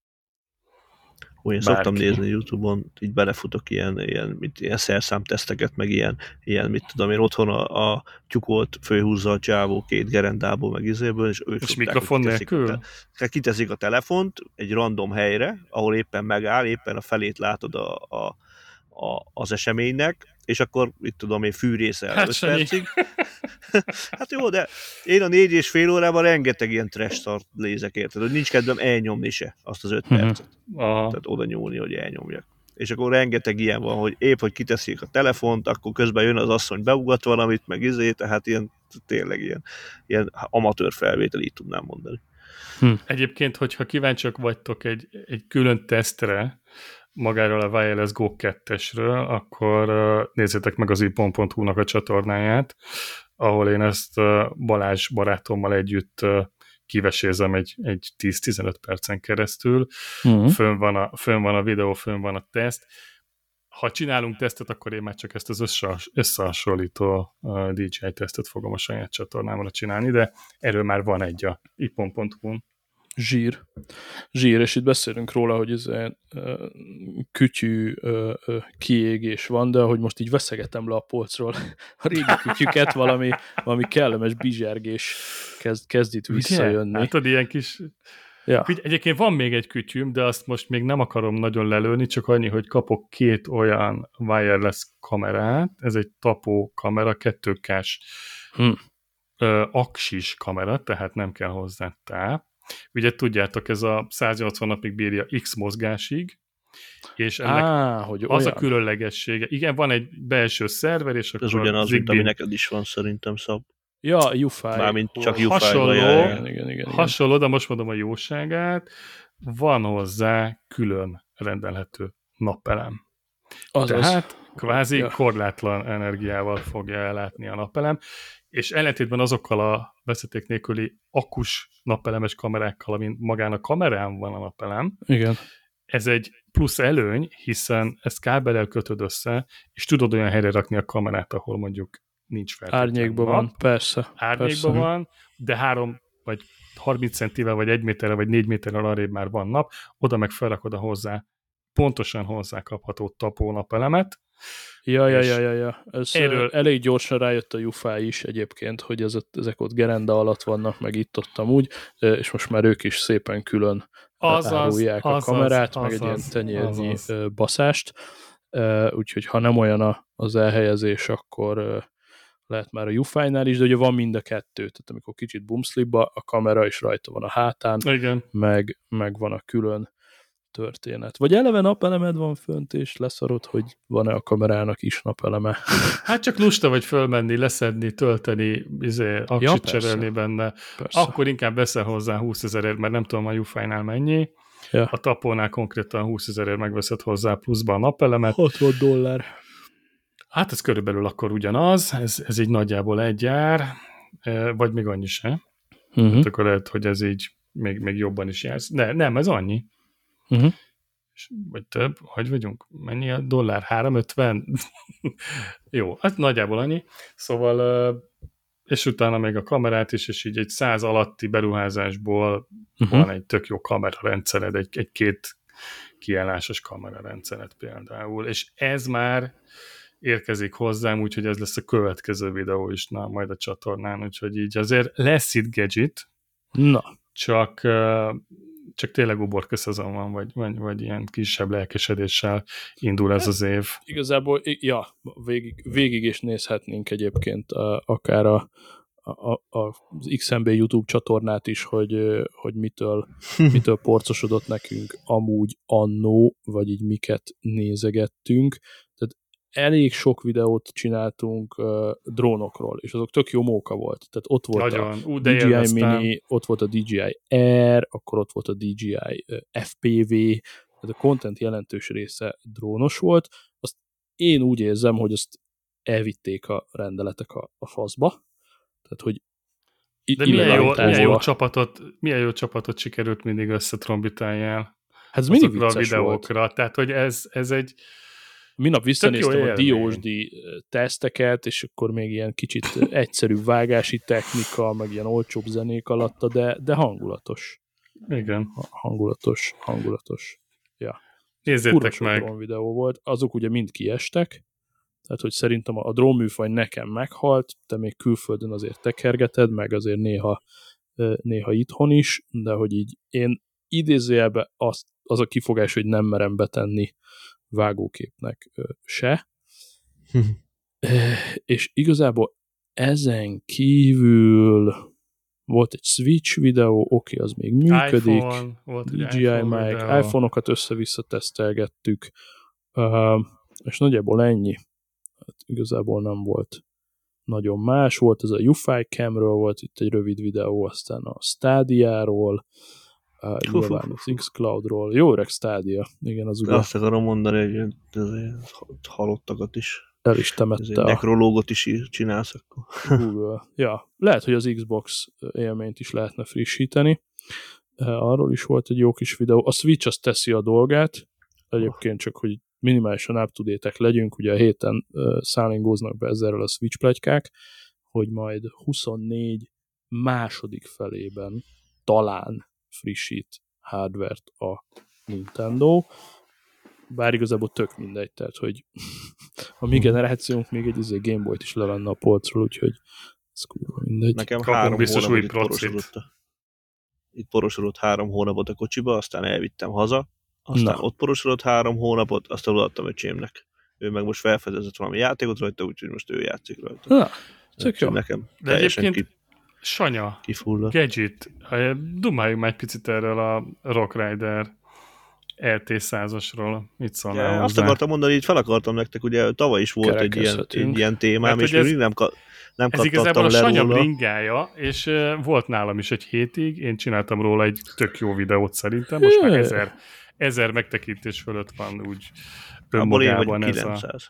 Úgy én Bárki. szoktam nézni YouTube-on, így belefutok ilyen, ilyen, mint ilyen szerszámteszteket, meg ilyen, ilyen, mit tudom én, otthon a, a tyukolt főhúzza a csávó két gerendából, meg izéből, és ők És szokták, mikrofon hogy kiteszik nélkül? A te, tehát kiteszik a telefont egy random helyre, ahol éppen megáll, éppen a felét látod a, a, a, az eseménynek, és akkor, mit tudom én, fűrészel Hát öt Sanyi. percig. Hát jó, de én a négy és fél órában rengeteg ilyen trash start lézek, érted, hogy nincs kedvem elnyomni se azt az öt Mhm. percet. Aha. Tehát oda nyúlni, hogy elnyomjak. És akkor rengeteg ilyen van, hogy épp, hogy kiteszik a telefont, akkor közben jön az asszony, beugat valamit, meg izé, tehát ilyen, tényleg ilyen, ilyen amatőr felvétel, így tudnám mondani. Egyébként, hogyha kíváncsiak vagytok egy, egy külön tesztre magáról a Wireless Go kettesről, akkor uh, nézzétek meg az ipon pont hu-nak a csatornáját, ahol én ezt uh, Balázs barátommal együtt uh, kivesézem egy, egy tíz-tizenöt percen keresztül. Uh-huh. Fönn van, a, fönn van a videó, fönn van a teszt. Ha csinálunk tesztet, akkor én már csak ezt az összehas, összehasonlító uh, dé jé i tesztet fogom a saját csatornámra csinálni, de erről már van egy a ipon pont hu-n. Zsír. Zsír, és itt beszélünk róla, hogy ez uh, kütyű uh, uh, kiégés van, de hogy most így veszegetem le a polcról a régi kütyüket, valami, valami kellemes bizsergés kezd, kezd itt visszajönni. Hát ilyen kis... Ja. Figy- Egyébként van még egy kütyüm, de azt most még nem akarom nagyon lelőni, csak annyi, hogy kapok két olyan wireless kamerát, ez egy tapó kamera, kettőkás Hm. ö, aksis kamera, tehát nem kell hozzá táp. Ugye tudjátok, ez a száznyolcvan napig bírja X mozgásig, és ennek Á, hogy az olyan. a különlegessége. Igen, van egy belső szerver, és akkor Ez ugyanaz, mint Zigbee- ami neked is van, szerintem szab. Ja, u ef i. Mármint csak Hol- u ef i-val, hasonló, ja, ja, Igen, igen, igen, igen. hasonló, de most mondom a jóságát, van hozzá külön rendelhető napelem. Azaz. Tehát kvázi ja. korlátlan energiával fogja ellátni a napelem, és ellentétben azokkal a vezeték nélküli akkus napelemes kamerákkal, amin magán a kamerán van a napelem, Igen. ez egy plusz előny, hiszen ezt kábellel kötöd össze, és tudod olyan helyre rakni a kamerát, ahol mondjuk nincs feltétlen Árnyékban nap. van, persze. Árnyékban persze. van, de három vagy harminc centivel, vagy egy méterrel, vagy négy méterrel arrébb már van nap, oda meg felrakod a hozzá, pontosan hozzá kapható tapó napelemet. Ja, ja, ja, ja, ja. Ez erről... elég gyorsan rájött a Jufai is egyébként, hogy ez, ezek ott gerenda alatt vannak, meg itt ott amúgy, és most már ők is szépen külön azaz, árulják azaz, a kamerát, azaz, meg egy ilyen tenyérnyi azaz. baszást, úgyhogy ha nem olyan az elhelyezés, akkor lehet már a Jufai-nál is, de ugye van mind a kettő, tehát amikor kicsit bumszlibba, a kamera is rajta van a hátán, igen. Meg, meg van a külön történet. Vagy eleve napelemed van fönt, és leszarod, hogy van-e a kamerának is napeleme. Hát csak lusta vagy fölmenni, leszedni, tölteni, izé, aksit ja, cserélni benne. Persze. Akkor inkább veszel hozzá húszezerért, mert nem tudom a Jufai-nál mennyi. Ja. A tapónál konkrétan húszezerért megveszed hozzá pluszba a napelemet. hatvan dollár. Hát ez körülbelül akkor ugyanaz, ez, ez így nagyjából egy ár, vagy még annyi se. Uh-huh. Hát akkor lehet, hogy ez így még, még jobban is jársz. De nem, ez annyi. Uh-huh. Vagy több, hogy vagyunk? Mennyi a dollár? három ötven? Jó, hát nagyjából annyi. Szóval, és utána még a kamerát is, és így egy száz alatti beruházásból uh-huh. van egy tök jó kamerarendszered, egy, egy két kiállásos kamerarendszered például. És ez már érkezik hozzám, úgyhogy ez lesz a következő videó is, na, majd a csatornán, úgyhogy így azért lesz itt gadget, na. csak, csak tényleg uborka szezon van, vagy, vagy, vagy ilyen kisebb lelkesedéssel indul ez az év. Igazából, ja, végig, végig is nézhetnénk egyébként a, akár a, a, a, az iksz em bé YouTube csatornát is, hogy, hogy mitől, mitől porcosodott nekünk amúgy annó, vagy így miket nézegettünk. Tehát elég sok videót csináltunk uh, drónokról, és azok tök jó móka volt. Tehát ott volt Nagyon. a Ú, dé dzsé i Mini, ott volt a dé dzsé i Air, akkor ott volt a dé dzsé i uh, ef pé vé, tehát a content jelentős része drónos volt. Azt én úgy érzem, hogy azt elvitték a rendeletek a, a faszba. Tehát, hogy De milyen jó, milyen, jó csapatot, milyen jó csapatot sikerült mindig összetrombitáljál hát ez mindig vicces a videókra. Volt. Tehát, hogy ez, ez egy minap visszanéztem a dé o es dé teszteket, és akkor még ilyen kicsit egyszerű vágási technika, meg ilyen olcsóbb zenék alatta, de, de hangulatos. Igen. Hangulatos, hangulatos. Ja. Nézzétek meg. Drón videó volt. Azok ugye mind kiestek, tehát, hogy szerintem a drónműfaj nekem meghalt, te még külföldön azért tekergeted, meg azért néha, néha itthon is, de hogy így én idézőjelben az, az a kifogás, hogy nem merem betenni vágóképnek se. És igazából ezen kívül volt egy Switch videó, oké, okay, az még működik. iPhone, volt dé dzsé i meg, iPhone-okat össze-vissza tesztelgettük, uh, és nagyjából ennyi. Hát igazából nem volt nagyon más. Volt ez a Jufai Camről, volt itt egy rövid videó, aztán a Stadia-ról, uh, nyilván az xCloud-ról. Jó öreg Stadia. Igen, az ugye... Azt akarom mondani, hogy halottakat is. El is temette a... nekrológot is csinálsz akkor. Google. Ja, lehet, hogy az Xbox élményt is lehetne frissíteni. Arról is volt egy jó kis videó. A Switch azt teszi a dolgát, egyébként csak, hogy minimálisan up-to-date-ek legyünk, ugye a héten uh, szállingóznak be ezerről a Switch pletykák, hogy majd huszonnégy második felében talán frissít hardvert a Nintendo, bár igazából tök mindegy, tehát, hogy a mi generációnk még egy izé Game Boy-t is levenne a polcról, úgyhogy ez kurva mindegy. Nekem Kapunk három biztos új procit. Itt porosodott három hónapot a kocsiba, aztán elvittem haza, aztán Na. ott porosodott három hónapot, aztán odaadtam öcsémnek. Ő meg most felfedezett valami játékot rajta, úgyhogy most ő játszik rajta. Na, csak jó. Nekem De egyébként ki, Sanya, kifullad. Gadget, dumáljunk már egy picit erről a Rock Rider er té százasról. Mit szólnál ja, hozzá? Azt akartam mondani, így fel akartam nektek, ugye tavaly is volt egy ilyen, egy ilyen témám, Mert, és ez, nem, ka- nem ez igazából a Sanya bringája, és uh, volt nálam is egy hétig, én csináltam róla egy tök jó videót szerintem, most yeah. már ezer, ezer megtekintés fölött van úgy önmagában ez a...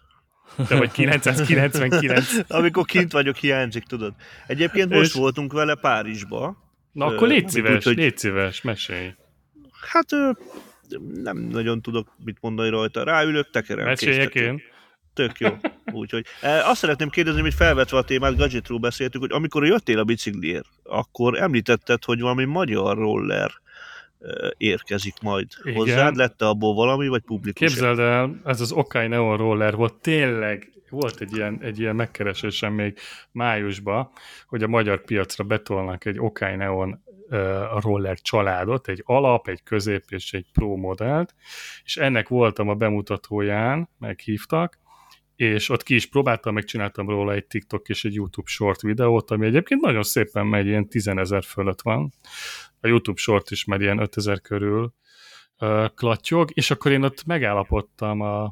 Te vagy kilencszázkilencvenkilenc. Amikor kint vagyok, hiányzik, tudod. Egyébként most És... voltunk vele Párizsba. Na akkor légy Ö, szíves, úgy, hogy... légy szíves, mesélj. Hát ö, nem nagyon tudok mit mondani rajta. Ráülök, tekerem. Meséljek én. Tök jó. Úgyhogy. Azt szeretném kérdezni, hogy felvetve a témát, gadgetról beszéltük, hogy amikor jöttél a bicikliért, akkor említetted, hogy valami magyar roller érkezik majd. Igen. Hozzád lett abból valami, vagy publikus? Képzeld el, ez az Okai Neon Roller volt, tényleg volt egy ilyen, egy ilyen megkeresésem még májusban, hogy a magyar piacra betolnak egy Okai Neon uh, roller családot, egy alap, egy közép és egy pro modellt, és ennek voltam a bemutatóján, meghívtak, és ott ki is próbáltam, megcsináltam róla egy TikTok és egy YouTube short videót, ami egyébként nagyon szépen megy, ilyen tízezer fölött van. A YouTube short is már ilyen ötezer körül uh, klattyog, és akkor én ott megállapodtam a,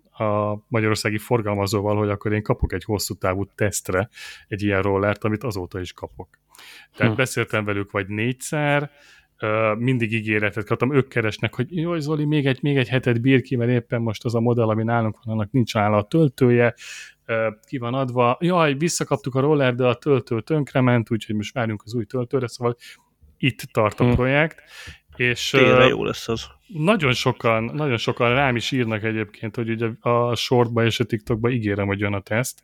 a magyarországi forgalmazóval, hogy akkor én kapok egy hosszú távú tesztre egy ilyen rollert, amit azóta is kapok. Tehát hm. beszéltem velük vagy négyszer, Uh, mindig ígéretet kaptam, ők keresnek, hogy jaj Zoli, még egy, még egy hetet bír ki, mert éppen most az a modell, ami nálunk van, annak nincs nála a töltője, uh, ki van adva, jaj, visszakaptuk a roller, de a töltő tönkrement, úgyhogy most várjunk az új töltőre, szóval itt tart a projekt, és tényleg jó lesz az. Nagyon sokan, nagyon sokan rám is írnak egyébként, hogy ugye a shortba és a TikTokba ígérem, hogy jön a teszt,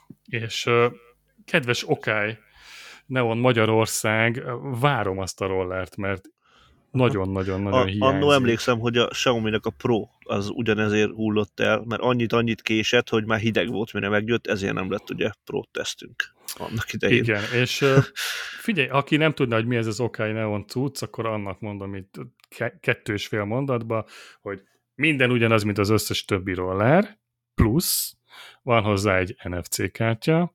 és uh, kedves Okály Neon Magyarország, várom azt a rollert, mert nagyon-nagyon-nagyon hiányzik. Annó emlékszem, hogy a Xiaomi-nek a Pro az ugyanezért hullott el, mert annyit-annyit késett, hogy már hideg volt, mire megjött, ezért nem lett ugye Pro tesztünk annak idején. Igen, és figyelj, aki nem tudna, hogy mi ez az Okai Neon cucc, akkor annak mondom itt kettő és fél mondatba, hogy minden ugyanaz, mint az összes többi roller, plusz van hozzá egy en ef cé kártya,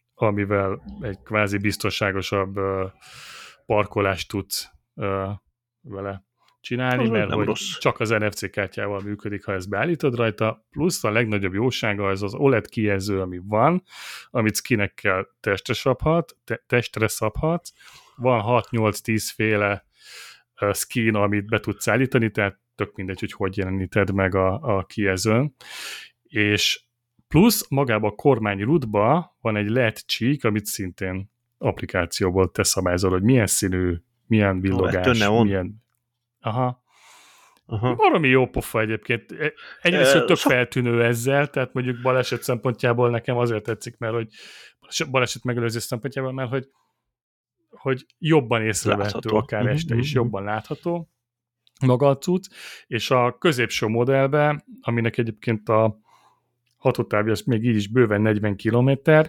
amivel egy kvázi biztonságosabb uh, parkolást tudsz uh, vele csinálni, az mert hogy csak az en ef cé kártyával működik, ha ezt beállítod rajta, plusz a legnagyobb jósága az az o el é dé kijelző, ami van, amit skinekkel testre szabhat, te- testre szabhatsz, van hat-nyolc-tíz féle uh, skin, amit be tudsz állítani, tehát tök mindegy, hogy hogy jeleníted meg a, a kijelzőn, és plusz magában a kormány rúdba van egy el é dé csík, amit szintén applikációból te szabályzol, hogy milyen színű, milyen villogás, oh, milyen... Aha. Aha. Valami jó pofa egyébként. Egyrészt, hogy tök feltűnő ezzel, tehát mondjuk baleset szempontjából nekem azért tetszik, mert hogy baleset megelőzés szempontjából, mert hogy, hogy jobban észrevehető, akár uh-huh, este is uh-huh. jobban látható maga a cucc, és a középső modellben, aminek egyébként a hatótávja az még így is bőven negyven kilométer.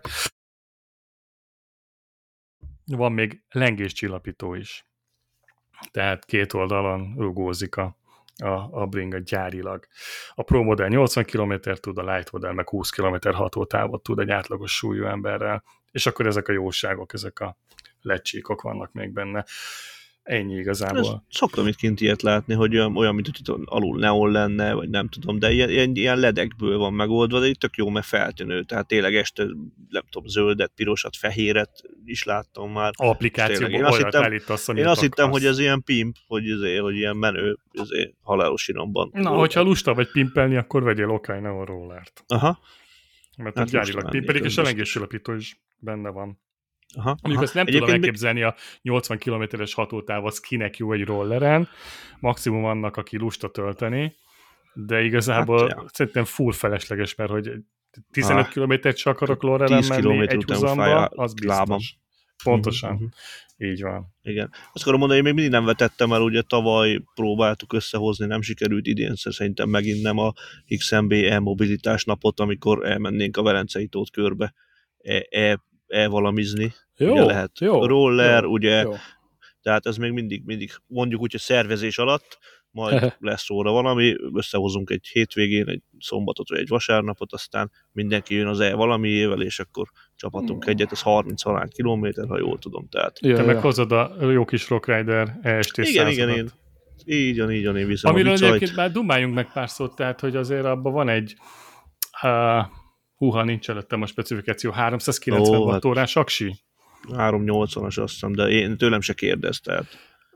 Van még lengéscsillapító is. Tehát két oldalon rugózik a, a, a bringa gyárilag. A Pro modell nyolcvan kilométer tud, a Light modell meg húsz kilométer hatótávot tud egy átlagos súlyú emberrel. És akkor ezek a jóságok, ezek a lecsíkok vannak még benne. Ennyi igazából. Szoktam itt kint ilyet látni, hogy olyan, olyan mint hogy alul neon lenne, vagy nem tudom, de ilyen, ilyen, ilyen ledekből van megoldva, de itt tök jó, mert feltűnő. Tehát tényleg este, nem tudom, zöldet, pirosat, fehéret is láttam már. Applikációban én azt hittem, állítasz, én azt hittem hogy ez ilyen pimp, hogy, ezért, hogy ilyen menő, ezért halálos iramban. Na, hogyha lusta vagy pimpelni, akkor vegyél Okai Neon rollert. Aha. Mert hát gyárilag pimpelik, és a lengéscsillapító is benne van. Aha, Mondjuk aha. azt nem Egyébként tudom elképzelni a nyolcvan kilométeres hatótáv, az kinek jó egy rolleren, maximum annak, aki lusta tölteni, de igazából hát, ja. szerintem full felesleges, mert hogy tizenöt ah, kilométert csak akarok rolleren menni egy húzamba, az biztos. Lábam. Pontosan. Uh-huh. Így van. Igen. Azt akarom mondani, hogy még mindig nem vetettem el, ugye tavaly próbáltuk összehozni, nem sikerült, idén szerintem megint nem a iksz em bé e-mobilitás napot, amikor elmennénk a Velencei tót körbe e, e elvalamizni. Jó, ugye lehet jó, roller, jó, ugye, jó. tehát ez még mindig, mindig mondjuk úgy, hogy szervezés alatt, majd lesz róla valami, összehozunk egy hétvégén, egy szombatot vagy egy vasárnapot, aztán mindenki jön az el valamiével, és akkor csapatunk egyet, ez harminc valány kilométer, ha jól tudom. Tehát. Ja, Te ja. meghozod a jó kis Rock Rider E S T igen, századat. igen, én, így van, így van, én viszem Amiről a bicajt. egyébként már dumáljunk meg pár szót, tehát, hogy azért abban van egy uh, húha, nincs előttem a specifikáció, háromszázkilencven oh, wattórás aksi. háromszáznyolcvanas azt hiszem, de én tőlem se kérdez, tehát.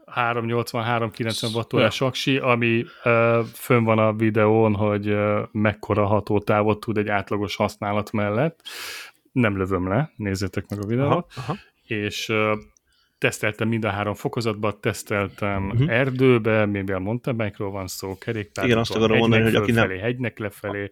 háromszáznyolcvan háromszázkilencven wattórás aksi, ami uh, fönn van a videón, hogy uh, mekkora hatótávot tud egy átlagos használat mellett. Nem lövöm le, nézzétek meg a videót. Aha, aha. És uh, teszteltem mind a három fokozatban, teszteltem Uh-huh. erdőbe, mivel mountain bike-ról van szó, kerékpárról, Igen, azt akarom mondani, hogy aki nem... hegynek lefelé.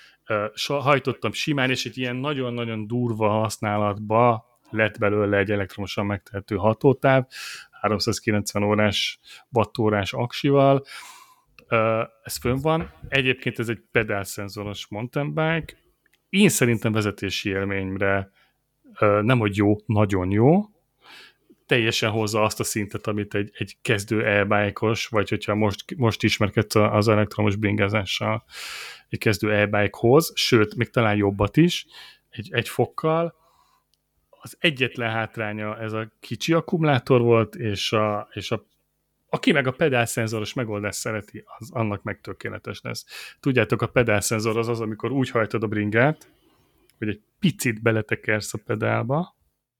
Uh, hajtottam simán, és egy ilyen nagyon-nagyon durva használatba lett belőle egy elektromosan megtehető hatótáv, háromszázkilencven órás wattórás aksival. Uh, ez fönn van. Egyébként ez egy pedálszenzoros mountain bike. Én szerintem vezetési élményre uh, nem, hogy jó, nagyon jó. Teljesen hozza azt a szintet, amit egy, egy kezdő e-bike-os, vagy hogyha most, most ismerkedsz az elektromos bringázással, egy kezdő e-bike-hoz, sőt, még talán jobbat is, egy, egy fokkal. Az egyetlen hátránya ez a kicsi akkumulátor volt, és, a, és a, aki meg a pedálszenzoros megoldást szereti, az annak meg tökéletes lesz. Tudjátok, a pedálszenzor az az, amikor úgy hajtod a bringát, hogy egy picit beletekersz a pedálba,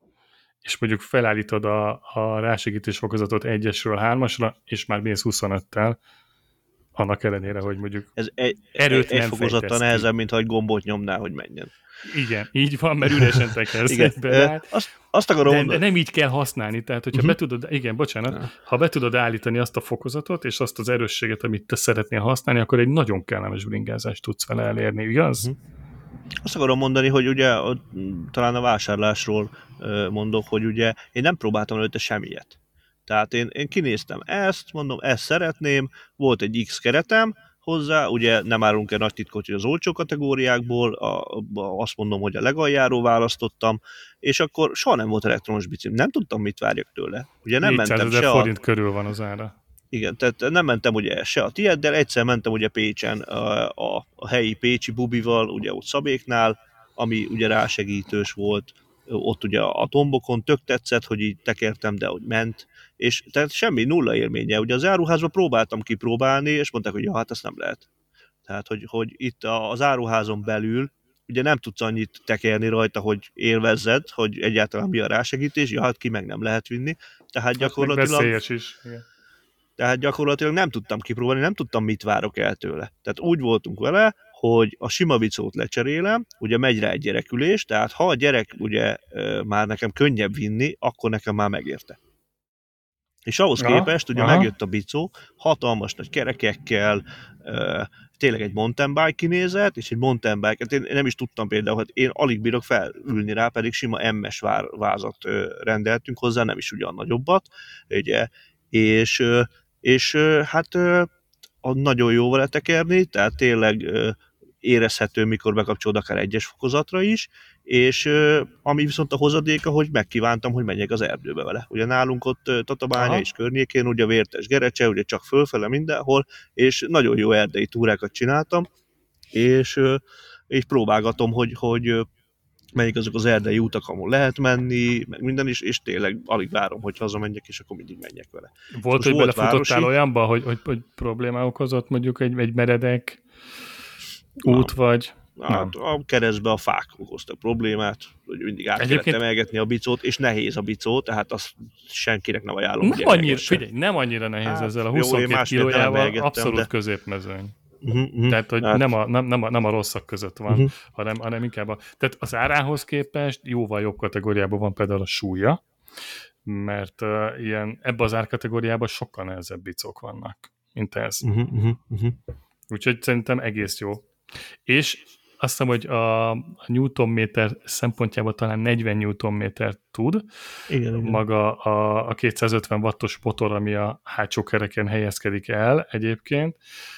és mondjuk felállítod a, a rásegítés fokozatot egyesről hármasra, és már mész huszonöttel, annak ellenére, hogy mondjuk ez egy, erőt egy nem fokozattal nehezebb, mint ha egy gombot nyomnál, hogy menjen. Igen, így van, mert üresen tekersz egy pedál. Azt, azt akarom de, mondani. de nem így kell használni, tehát hogyha uh-huh. be tudod, igen, bocsánat, ja. ha be tudod állítani azt a fokozatot, és azt az erősséget, amit te szeretnél használni, akkor egy nagyon kellemes bringázást tudsz vele elérni, igaz? Uh-huh. Azt akarom mondani, hogy ugye a, talán a vásárlásról mondok, hogy ugye én nem próbáltam előtte semmiet. Tehát én, én kinéztem ezt, mondom, ezt szeretném, volt egy X keretem hozzá, ugye nem árulunk el nagy titkot, hogy az olcsó kategóriákból, a, a, azt mondom, hogy a legaljáról választottam, és akkor soha nem volt elektromos biciklim, nem tudtam, mit várjak tőle. Ugye nem mentem se forint a... körül van az ára. Igen, tehát nem mentem ugye se a tieddel, egyszer mentem ugye Pécsen a, a, a helyi pécsi bubival, ugye ott Szabéknál, ami ugye rásegítős volt, ott ugye a tombokon tök tetszett, hogy így tekertem, de hogy ment, és tehát semmi, nulla élménye. Ugye az áruházban próbáltam kipróbálni, és mondták, hogy ja, hát ezt nem lehet. Tehát, hogy, hogy itt az áruházon belül ugye nem tudsz annyit tekerni rajta, hogy élvezzed, hogy egyáltalán mi a rásegítés, ja, hát ki meg nem lehet vinni. Tehát gyakorlatilag... Veszélyes is, igen. Tehát gyakorlatilag nem tudtam kipróbálni, nem tudtam, mit várok el tőle. Tehát úgy voltunk vele, hogy a sima bicót lecserélem, ugye megy rá egy gyerekülés, tehát ha a gyerek ugye már nekem könnyebb vinni, akkor nekem már megérte. És ahhoz aha, képest ugye aha. megjött a bicó, hatalmas nagy kerekekkel, tényleg egy mountain bike kinézet, és egy mountain bike, hát én nem is tudtam például, hogy én alig bírok felülni rá, pedig sima em es vázat rendeltünk hozzá, nem is ugyan nagyobbat, ugye, és, és hát nagyon jó vele tekerni, tehát tényleg érezhető, mikor bekapcsolod akár egyes fokozatra is, és ami viszont a hozadéka, hogy megkívántam, hogy menjek az erdőbe vele. Ugye nálunk ott Tatabánya aha. és környékén, ugye Vértes Gerecse, ugye csak fölfele mindenhol, és nagyon jó erdei túrákat csináltam, és, és próbálgatom, hogy, hogy melyik azok az erdei útak, ahol lehet menni, meg minden is, és tényleg alig várom, hogy hazamenjek, és akkor mindig menjek vele. Volt, hogy belefutottál olyanba, hogy, hogy, hogy problémá okozott mondjuk egy, egy meredek út, na, vagy... Hát, a keresztbe a fák okoztak problémát, hogy mindig át Egyébként... kellett emelgetni a bicót, és nehéz a bicó, tehát azt senkinek nem ajánlom. Nem annyira, figyelj, nem annyira nehéz hát, ezzel a huszonkét kilójával, abszolút de... középmezőny. Uh-huh, uh-huh. Tehát, hogy hát. nem, a, nem, nem, a, nem a rosszak között van, uh-huh. hanem, hanem inkább a... Tehát az árához képest jóval jobb kategóriában van például a súlya, mert uh, ilyen, ebbe az árkategóriában sokkal nehezebb bicók vannak, mint ez. Uh-huh, uh-huh, uh-huh. Úgyhogy szerintem egész jó. És azt hiszem, hogy a, a newtonméter szempontjából talán negyven newtonméter tud. Igen, igen. Maga a, a kétszázötven wattos motor, ami a hátsó kereken helyezkedik el egyébként,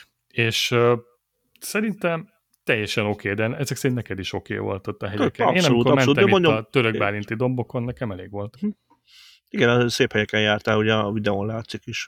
és uh, szerintem teljesen oké, okay, de ezek szerint neked is oké okay volt ott a hegyeken. Abszolút, Én amikor abszolút, mentem mondjam, itt a törökbálinti dombokon, nekem elég volt. Igen, szép helyeken jártál, ugye a videón látszik is.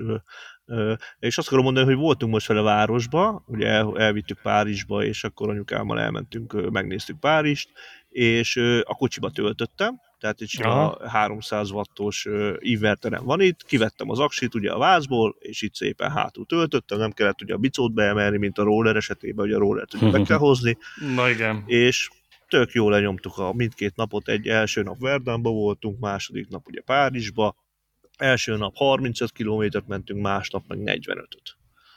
És azt akarom mondani, hogy voltunk most vele városba, ugye el, elvittük Párizsba, és akkor anyukámmal elmentünk, megnéztük Párizst, és a kocsiba töltöttem, tehát egy sima háromszáz wattos inverterem van itt, kivettem az aksit ugye a vázból, és itt szépen hátul töltöttem, nem kellett ugye a bicót beemelni, mint a roller esetében, hogy a rollert ugye be kell hozni. Na igen. És tök jól lenyomtuk a mindkét napot, egy első nap Verdunba voltunk, második nap ugye Párizsba, Első nap harmincöt kilométert mentünk, másnap meg negyvenötöt.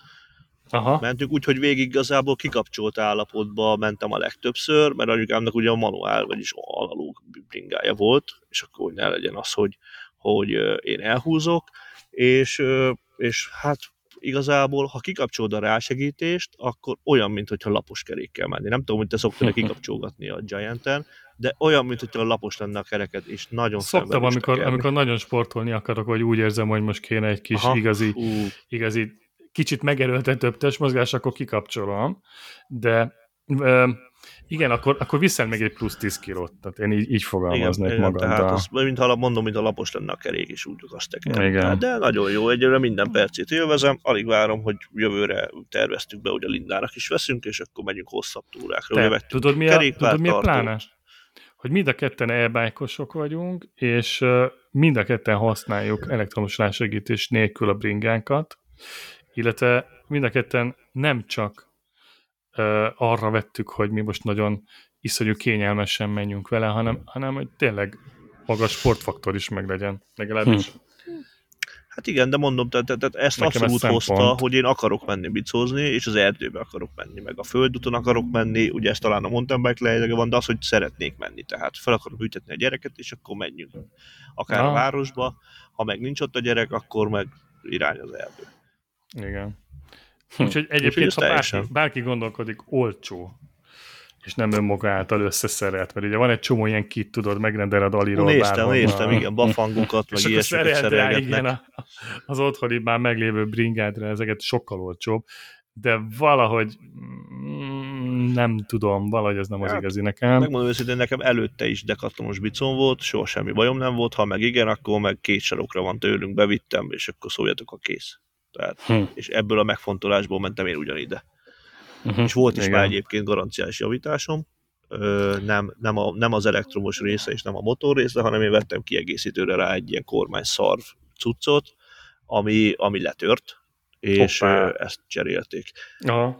Aha. Mentünk úgy, hogy végig igazából kikapcsolt állapotba mentem a legtöbbször, mert anyukámnak ugye a manuál, vagyis analóg bringája volt, és akkor ne legyen az, hogy, hogy én elhúzok, és, és hát igazából, ha kikapcsolod a rásegítést, akkor olyan, mintha lapos kerékkel menni. Nem tudom, hogy te szoktad kikapcsolgatni a Gianten, de olyan, mintha lapos lenne a kereked, és nagyon Szoktam, amikor, amikor nagyon sportolni akarok, vagy úgy érzem, hogy most kéne egy kis Aha, igazi, igazi, kicsit megerőltetőbb testmozgás, akkor kikapcsolom, de ö, igen, akkor, akkor viszel még egy plusz tíz kilót, tehát én így, így fogalmaznék igen, magammal. Tehát az, mintha mondom, mintha lapos lenne a kerék, és úgy azt tekerem. De nagyon jó, egyre minden percét élvezem, alig várom, hogy jövőre terveztük be, hogy a Lindának is veszünk, és akkor megyünk hosszabb túrákra. Te, tudod, mi a, tudod, mi a pláne? Hogy mind a ketten e-bike-osok vagyunk, és mind a ketten használjuk elektromos rásegítés nélkül a bringánkat, illetve mind a ketten nem csak uh, arra vettük, hogy mi most nagyon iszonyú kényelmesen menjünk vele, hanem, hanem hogy tényleg maga sportfaktor is meglegyen, legalábbis. Hm. Hát igen, de mondom, tehát, tehát ezt nekem abszolút ez hozta, hogy én akarok menni bicózni, és az erdőbe akarok menni, meg a földúton akarok menni, ugye ez talán a mountain bike lejjege van, de az, hogy szeretnék menni, tehát fel akarom ültetni a gyereket, és akkor menjünk. Akár ja. a városba, ha meg nincs ott a gyerek, akkor meg irány az erdő. Igen. Hm. Úgyhogy egyébként, Úgyhogy ha bárki, bárki gondolkodik, olcsó, és nem önmaga által összeszeret, mert ugye van egy csomó ilyen kit, tudod, megrendeled Aliról. Néztem, néztem, igen, bafangokat, meg ilyesmiket szerelgetnek. Igen, az otthoni már meglévő bringádra, ezeket sokkal olcsóbb, de valahogy mm, nem tudom, valahogy ez nem az hát, igazi nekem. Megmondom őszintén, nekem előtte is dekatlonos bicom volt, soha semmi bajom nem volt, ha meg igen, akkor meg két sarokra van tőlünk, bevittem, és akkor szóljatok, a kész. Tehát, hm. És ebből a megfontolásból mentem én ugyanide. Uh-huh. És volt is igen. Már egyébként garanciás javításom, Ö, nem, nem, a, nem az elektromos része és nem a motor része, hanem én vettem kiegészítőre rá egy ilyen kormányszarv cuccot, ami, ami letört, és ö, ezt cserélték. Aha.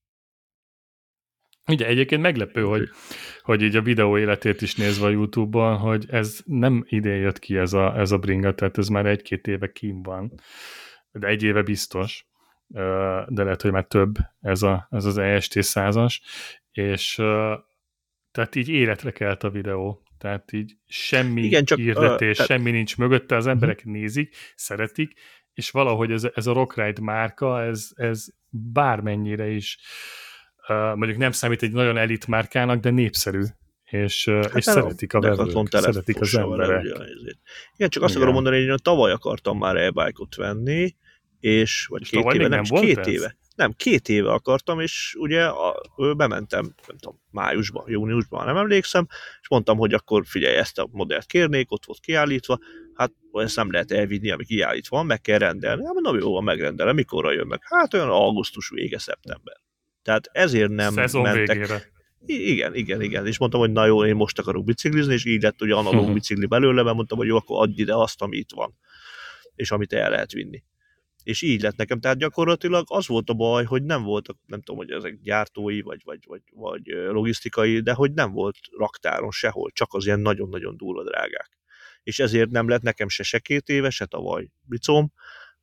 Ugye egyébként meglepő, hogy, hogy így a videó életét is nézve a YouTube-on, hogy ez nem idén jött ki ez a, ez a bringa, tehát ez már egy-két éve kín van, de egy éve biztos, de lehet, hogy már több ez, a, ez az E S T százas, és tehát így életre kelt a videó, tehát így semmi igen, csak, hirdetés, uh, semmi nincs mögötte, az emberek uh-huh. nézik, szeretik, és valahogy ez, ez a Rockride márka, ez, ez bármennyire is uh, mondjuk nem számít egy nagyon elit márkának, de népszerű, és, hát és szeretik a vevők, szeretik az emberek. Igen, csak azt igen. akarom mondani, hogy én tavaly akartam már e-bike-ot venni, és vagy és két éve, nem, nem két ez? éve. Nem, két éve akartam, és ugye a, bementem, nem tudom, májusban, júniusban, nem emlékszem, és mondtam, hogy akkor figyelj, ezt a modellt kérnék, ott volt kiállítva, hát ezt nem lehet elvinni, ami kiállítva van, meg kell rendelni. Hát mondom, jó, van, megrendelem, mikorra jönnek? Hát olyan augusztus vége, szeptember. Tehát ezért nem Szezon mentek. Végére. I- igen, igen, igen. És mondtam, hogy na jó, én most akarok biciklizni, és így lett, hogy analóg uh-huh. bicikli belőle, mert mondtam, hogy jó, akkor adj ide azt, ami itt van, és amit el lehet vinni. És így lett nekem. Tehát gyakorlatilag az volt a baj, hogy nem voltak, nem tudom, hogy ezek gyártói, vagy, vagy, vagy, vagy logisztikai, de hogy nem volt raktáron sehol, csak az ilyen nagyon-nagyon durva drágák. És ezért nem lett nekem se se két éve, se tavaly bicom,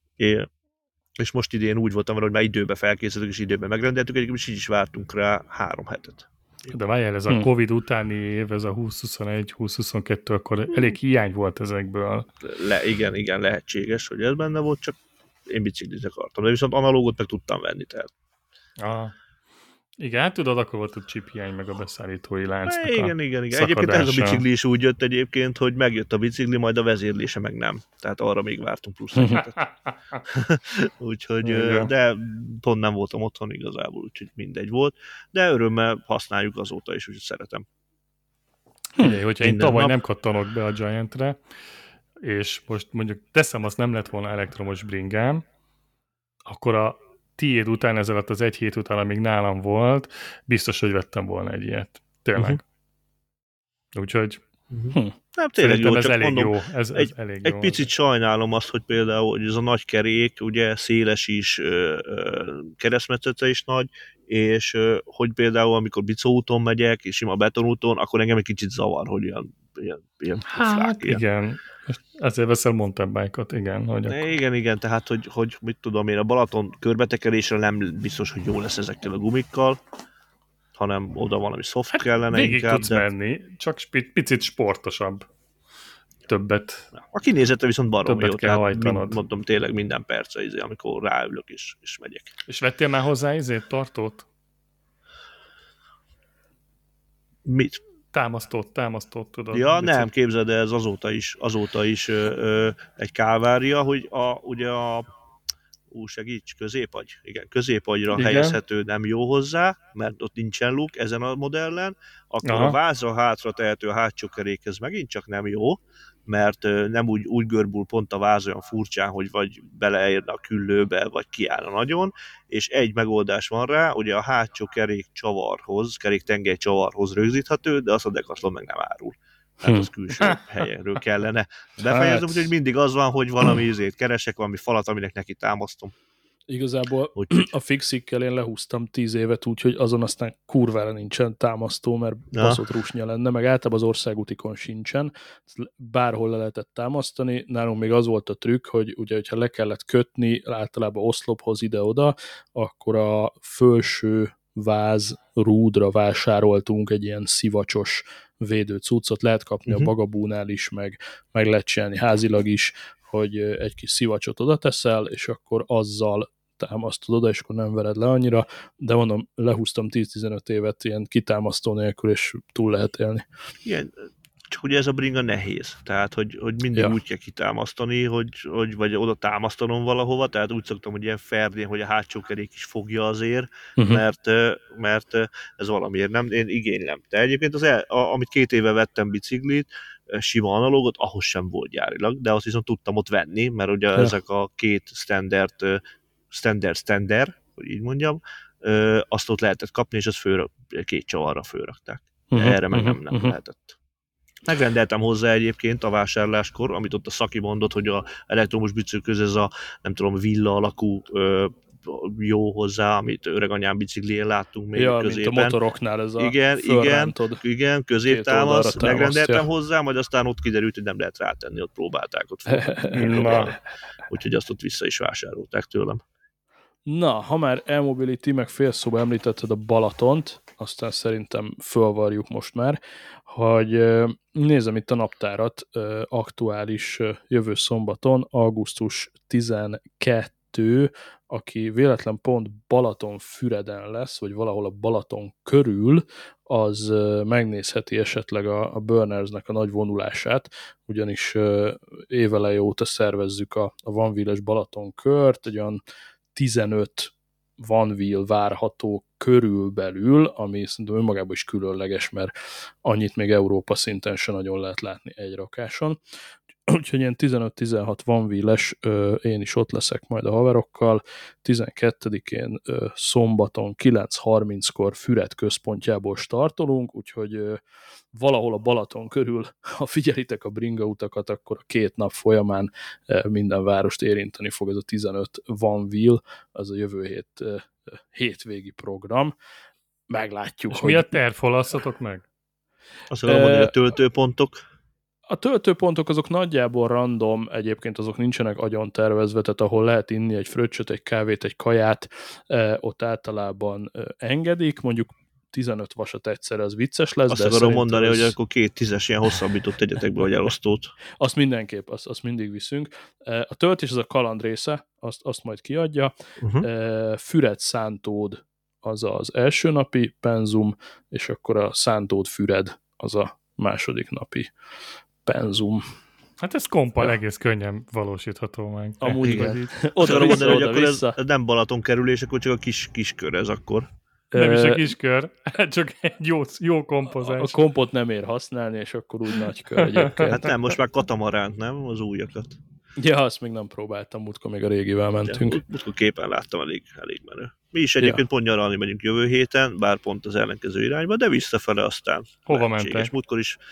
és most idén úgy voltam, hogy már időben felkészültük, és időben megrendeltük, és így is vártunk rá három hetet. De várjál, ez a hmm. Covid utáni év, ez a húsz huszonegy húsz huszonkettő, akkor hmm. elég hiány volt ezekből. Le, igen, igen, lehetséges, hogy ez benne volt, csak én biciklit akartam, de viszont analógot meg tudtam venni, tehát. Ah. Igen, hát tudod, akkor volt a chip hiány, meg a beszállítói láncnak a Igen, igen, igen. Egyébként ez a bicikli is úgy jött egyébként, hogy megjött a bicikli, majd a vezérlése meg nem. Tehát arra még vártunk plusz egy hetet. Úgyhogy, de pont nem voltam otthon igazából, úgyhogy mindegy volt. De örömmel használjuk azóta is, úgyhogy szeretem. Ugye, hogyha én tavaly nap... nem kattanok be a Giantre, és most mondjuk teszem, azt nem lett volna elektromos bringám, akkor a tiéd után, ez alatt az egy hét után, amíg nálam volt, biztos, hogy vettem volna egy ilyet. Tényleg. Uh-huh. Úgyhogy uh-huh. nem, tényleg jó, ez csak elég mondom, jó. Ez, egy, ez elég egy jó. picit sajnálom azt, hogy például hogy ez a nagy kerék, ugye széles is, keresztmetszete is nagy, és hogy például amikor bicóúton megyek, és sima betonúton, akkor engem egy kicsit zavar, hogy olyan ilyen, ilyen hát ilyen. Igen, ezért veszel mountain bike-ot, igen. Hogy akkor... akkor... Igen, igen, tehát hogy, hogy mit tudom én, a Balaton körbetekerésre nem biztos, hogy jó lesz ezekkel a gumikkal, hanem oda valami soft hát kellene végig inkább. tudsz de... menni, csak picit sportosabb. Többet. A kinézete viszont barom jó, kell hajtanod. Mind, mondom tényleg minden perce, izé, amikor ráülök és, és megyek. És vettél már hozzá izét, tartót? Mit? Támasztót, támasztót, tudod. Ja, bicik. Nem, képzeld, ez azóta is, azóta is ö, ö, egy kávária, hogy a, ugye a ú, segíts, középagy. Igen, középagyra Igen. helyezhető nem jó hozzá, mert ott nincsen luk ezen a modellen, akkor Aha. a vázra hátra tehető a hátsó kerékhez megint csak nem jó, mert nem úgy, úgy görbül pont a váz olyan furcsán, hogy vagy beleérne a küllőbe, vagy kiállna nagyon, és egy megoldás van rá, ugye a hátsó kerék csavarhoz, kerék tengely csavarhoz rögzíthető, de azt a Decathlon meg nem árul. Hát az külső helyről kellene befejezem, hát. Úgyhogy mindig az van, hogy valami izét keresek, valami falat, aminek neki támasztom. Igazából úgy, a Fixikkel én lehúztam tíz évet úgy, hogy azon aztán kurvára nincsen támasztó, mert ja. baszott rusnya lenne, meg általában az országútikon sincsen. Bárhol le lehetett támasztani. Nálunk még az volt a trükk, hogy ugye, hogyha le kellett kötni, általában oszlophoz ide-oda, akkor a felső váz rúdra vásároltunk egy ilyen szivacsos védő cuccot, lehet kapni uh-huh. a Bagabúnál is, meg, meg lehet csinálni házilag is, hogy egy kis szivacsot oda teszel, és akkor azzal támasztod oda, és akkor nem vered le annyira, de mondom, lehúztam tíz-tizenöt évet ilyen kitámasztó nélkül, és túl lehet élni. Igen, csak ugye ez a bringa nehéz, tehát hogy, hogy mindig ja. úgy kell kitámasztani, hogy, hogy vagy oda támasztanom valahova, tehát úgy szoktam, hogy ilyen ferdén, hogy a hátsó kerék is fogja azért, uh-huh. mert, mert ez valamiért nem, én igénylem. De egyébként az el, a, amit két éve vettem biciklit, sima analógot, ahhoz sem volt gyárilag, de azt viszont tudtam ott venni, mert ugye ja. ezek a két standard, standard, standard, hogy így mondjam, azt ott lehetett kapni, és azt főre, két csavarra fölrakták. Uh-huh. Erre meg nem, nem uh-huh. lehetett. Megrendeltem hozzá egyébként a vásárláskor, amit ott a Szaki mondott, hogy a elektromos biciklihez ez a, nem tudom, villa alakú ö, jó hozzá, amit öreganyám biciklién láttunk még ja, középen. Mint a motoroknál ez a igen, igen, igen, középtámasz, megrendeltem ja. hozzá, majd aztán ott kiderült, hogy nem lehet rátenni, ott próbálták ott úgyhogy azt ott vissza is vásárolták tőlem. Na, ha már e-mobility, meg félszóba említetted a Balatont, aztán szerintem fölvarjuk most már, hogy nézem itt a naptárat, aktuális jövő szombaton, augusztus tizenkettő, aki véletlen pont Balatonfüreden lesz, vagy valahol a Balaton körül, az megnézheti esetleg a, a Burnersnek a nagy vonulását, ugyanis éveleje óta szervezzük a, a One Wheel-es Balaton kört, egy olyan tizenöt One Wheel várható körülbelül, ami szerintem önmagában is különleges, mert annyit még Európa szinten se nagyon lehet látni egy rakáson. Úgyhogy ilyen tizenöt-tizenhat One Wheel-es, én is ott leszek majd a haverokkal, tizenkettedikén szombaton kilenc harminckor Füred központjából startolunk, úgyhogy valahol a Balaton körül, ha figyelitek a bringa utakat, akkor a két nap folyamán minden várost érinteni fog ez a tizenöt One Wheel, az a jövő hét hétvégi program. Meglátjuk. És hogy... mi a terv, hol asszatok meg? Azt mondom, hogy a töltőpontok. A töltőpontok azok nagyjából random, egyébként azok nincsenek agyon tervezve, tehát ahol lehet inni egy fröccsöt, egy kávét, egy kaját, ott általában engedik, mondjuk tizenöt vasat egyszerre, az vicces lesz. Azt akarom mondani, az... hogy akkor két tízes ilyen hosszabbított tegyetek be, vagy elosztót. Azt mindenképp, azt, azt mindig viszünk. A töltés az a kaland része, azt, azt majd kiadja. Uh-huh. Füred Szántód az az első napi penzum, és akkor a Szántód Füred az a második napi penzum. Hát ez kompa ja. egész könnyen valósítható meg. Amúgy igen. Oda mondani, hogy akkor ez nem Balaton kerülés, akkor csak a kis, kis kör ez akkor. Nem is a kis kör, csak egy jó, jó kompozás. A kompot nem ér használni, és akkor úgy nagy kör egyébként. Hát nem, most már katamaránt, nem? Az újakat. Ja, azt még nem próbáltam, múltkor még a régivel mentünk. Ja, múltkor képen láttam, elég, elég menő. Mi is egyébként ja. pont nyaralni megyünk jövő héten, bár pont az ellenkező irányba, de visszafele aztán hova mentek? És múltkor is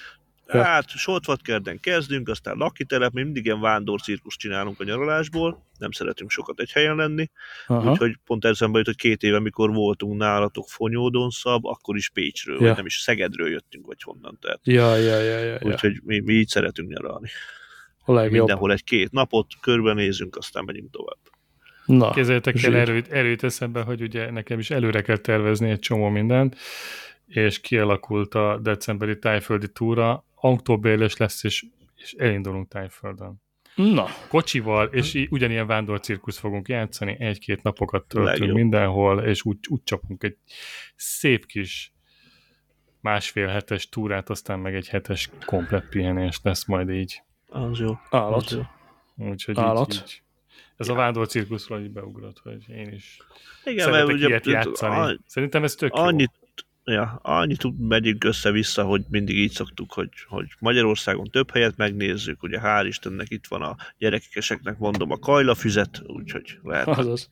Hát, Soltvatkerden kezdünk, aztán lakitelep, mi mindig ilyen vándorcirkuszt csinálunk a nyaralásból, nem szeretünk sokat egy helyen lenni, Aha. úgyhogy pont eszembe jut, hogy két éve, mikor voltunk nálatok Fonyódon szab, akkor is Pécsről, Ja. vagy nem is Szegedről jöttünk, vagy honnan, tehát. Ja, ja, ja, ja, ja. Úgyhogy mi, mi így szeretünk nyaralni. A legjobb. Mindenhol egy-két napot körbenézünk, aztán megyünk tovább. Na, Képzeljétek zsír. el, erőt, erőt eszembe, hogy ugye nekem is előre kell tervezni egy csomó mindent, és kialakult a decemberi tájföldi túra, autóbérlés lesz, és, és elindulunk Tájföldön. Na, Kocsival, és í- ugyanilyen vándorcirkusz fogunk játszani, egy-két napokat töltünk Legjobb. mindenhol, és úgy, úgy csapunk egy szép kis másfél hetes túrát, aztán meg egy hetes komplett pihenés lesz majd így. Az jó. állat. Az jó. Úgyhogy Állat. így, így. Ez a vándorcirkuszról így beugrott, hogy én is Igen, mert szeretek ugye ilyet játszani. annyi- Szerintem ez tök jó. annyit, ja, annyit megyünk össze-vissza, hogy mindig így szoktuk, hogy, hogy Magyarországon több helyet megnézzük, ugye hál' Istennek itt van a gyerekeseknek, mondom, a kajlafüzet, úgyhogy lehet. Azaz.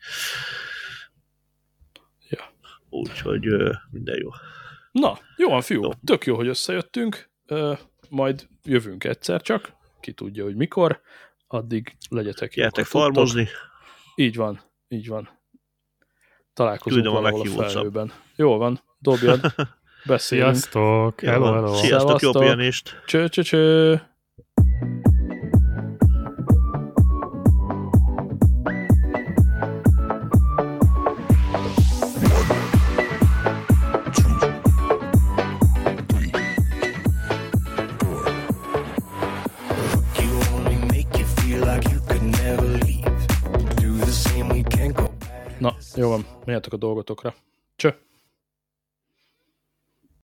Úgyhogy ö, minden jó. Na, jó van, fiú. Jó. Tök jó, hogy összejöttünk. Ö, majd jövünk egyszer csak. Ki tudja, hogy mikor. Addig legyetek jók, Gyertek ha tudtok. farmozni. Így van, így van. Találkozunk Küldöm a valahol a meghívót, felhőben. Jó van, dobjad. Beszéljünk. Sziasztok! Jó Hello, van. hello! Sziasztok, jó Szevasztok. pihenést! Cső, cső, cső. You only make you feel like you could never leave. Do the same, we can't go back. Na, jó van, menjetek a dolgotokra.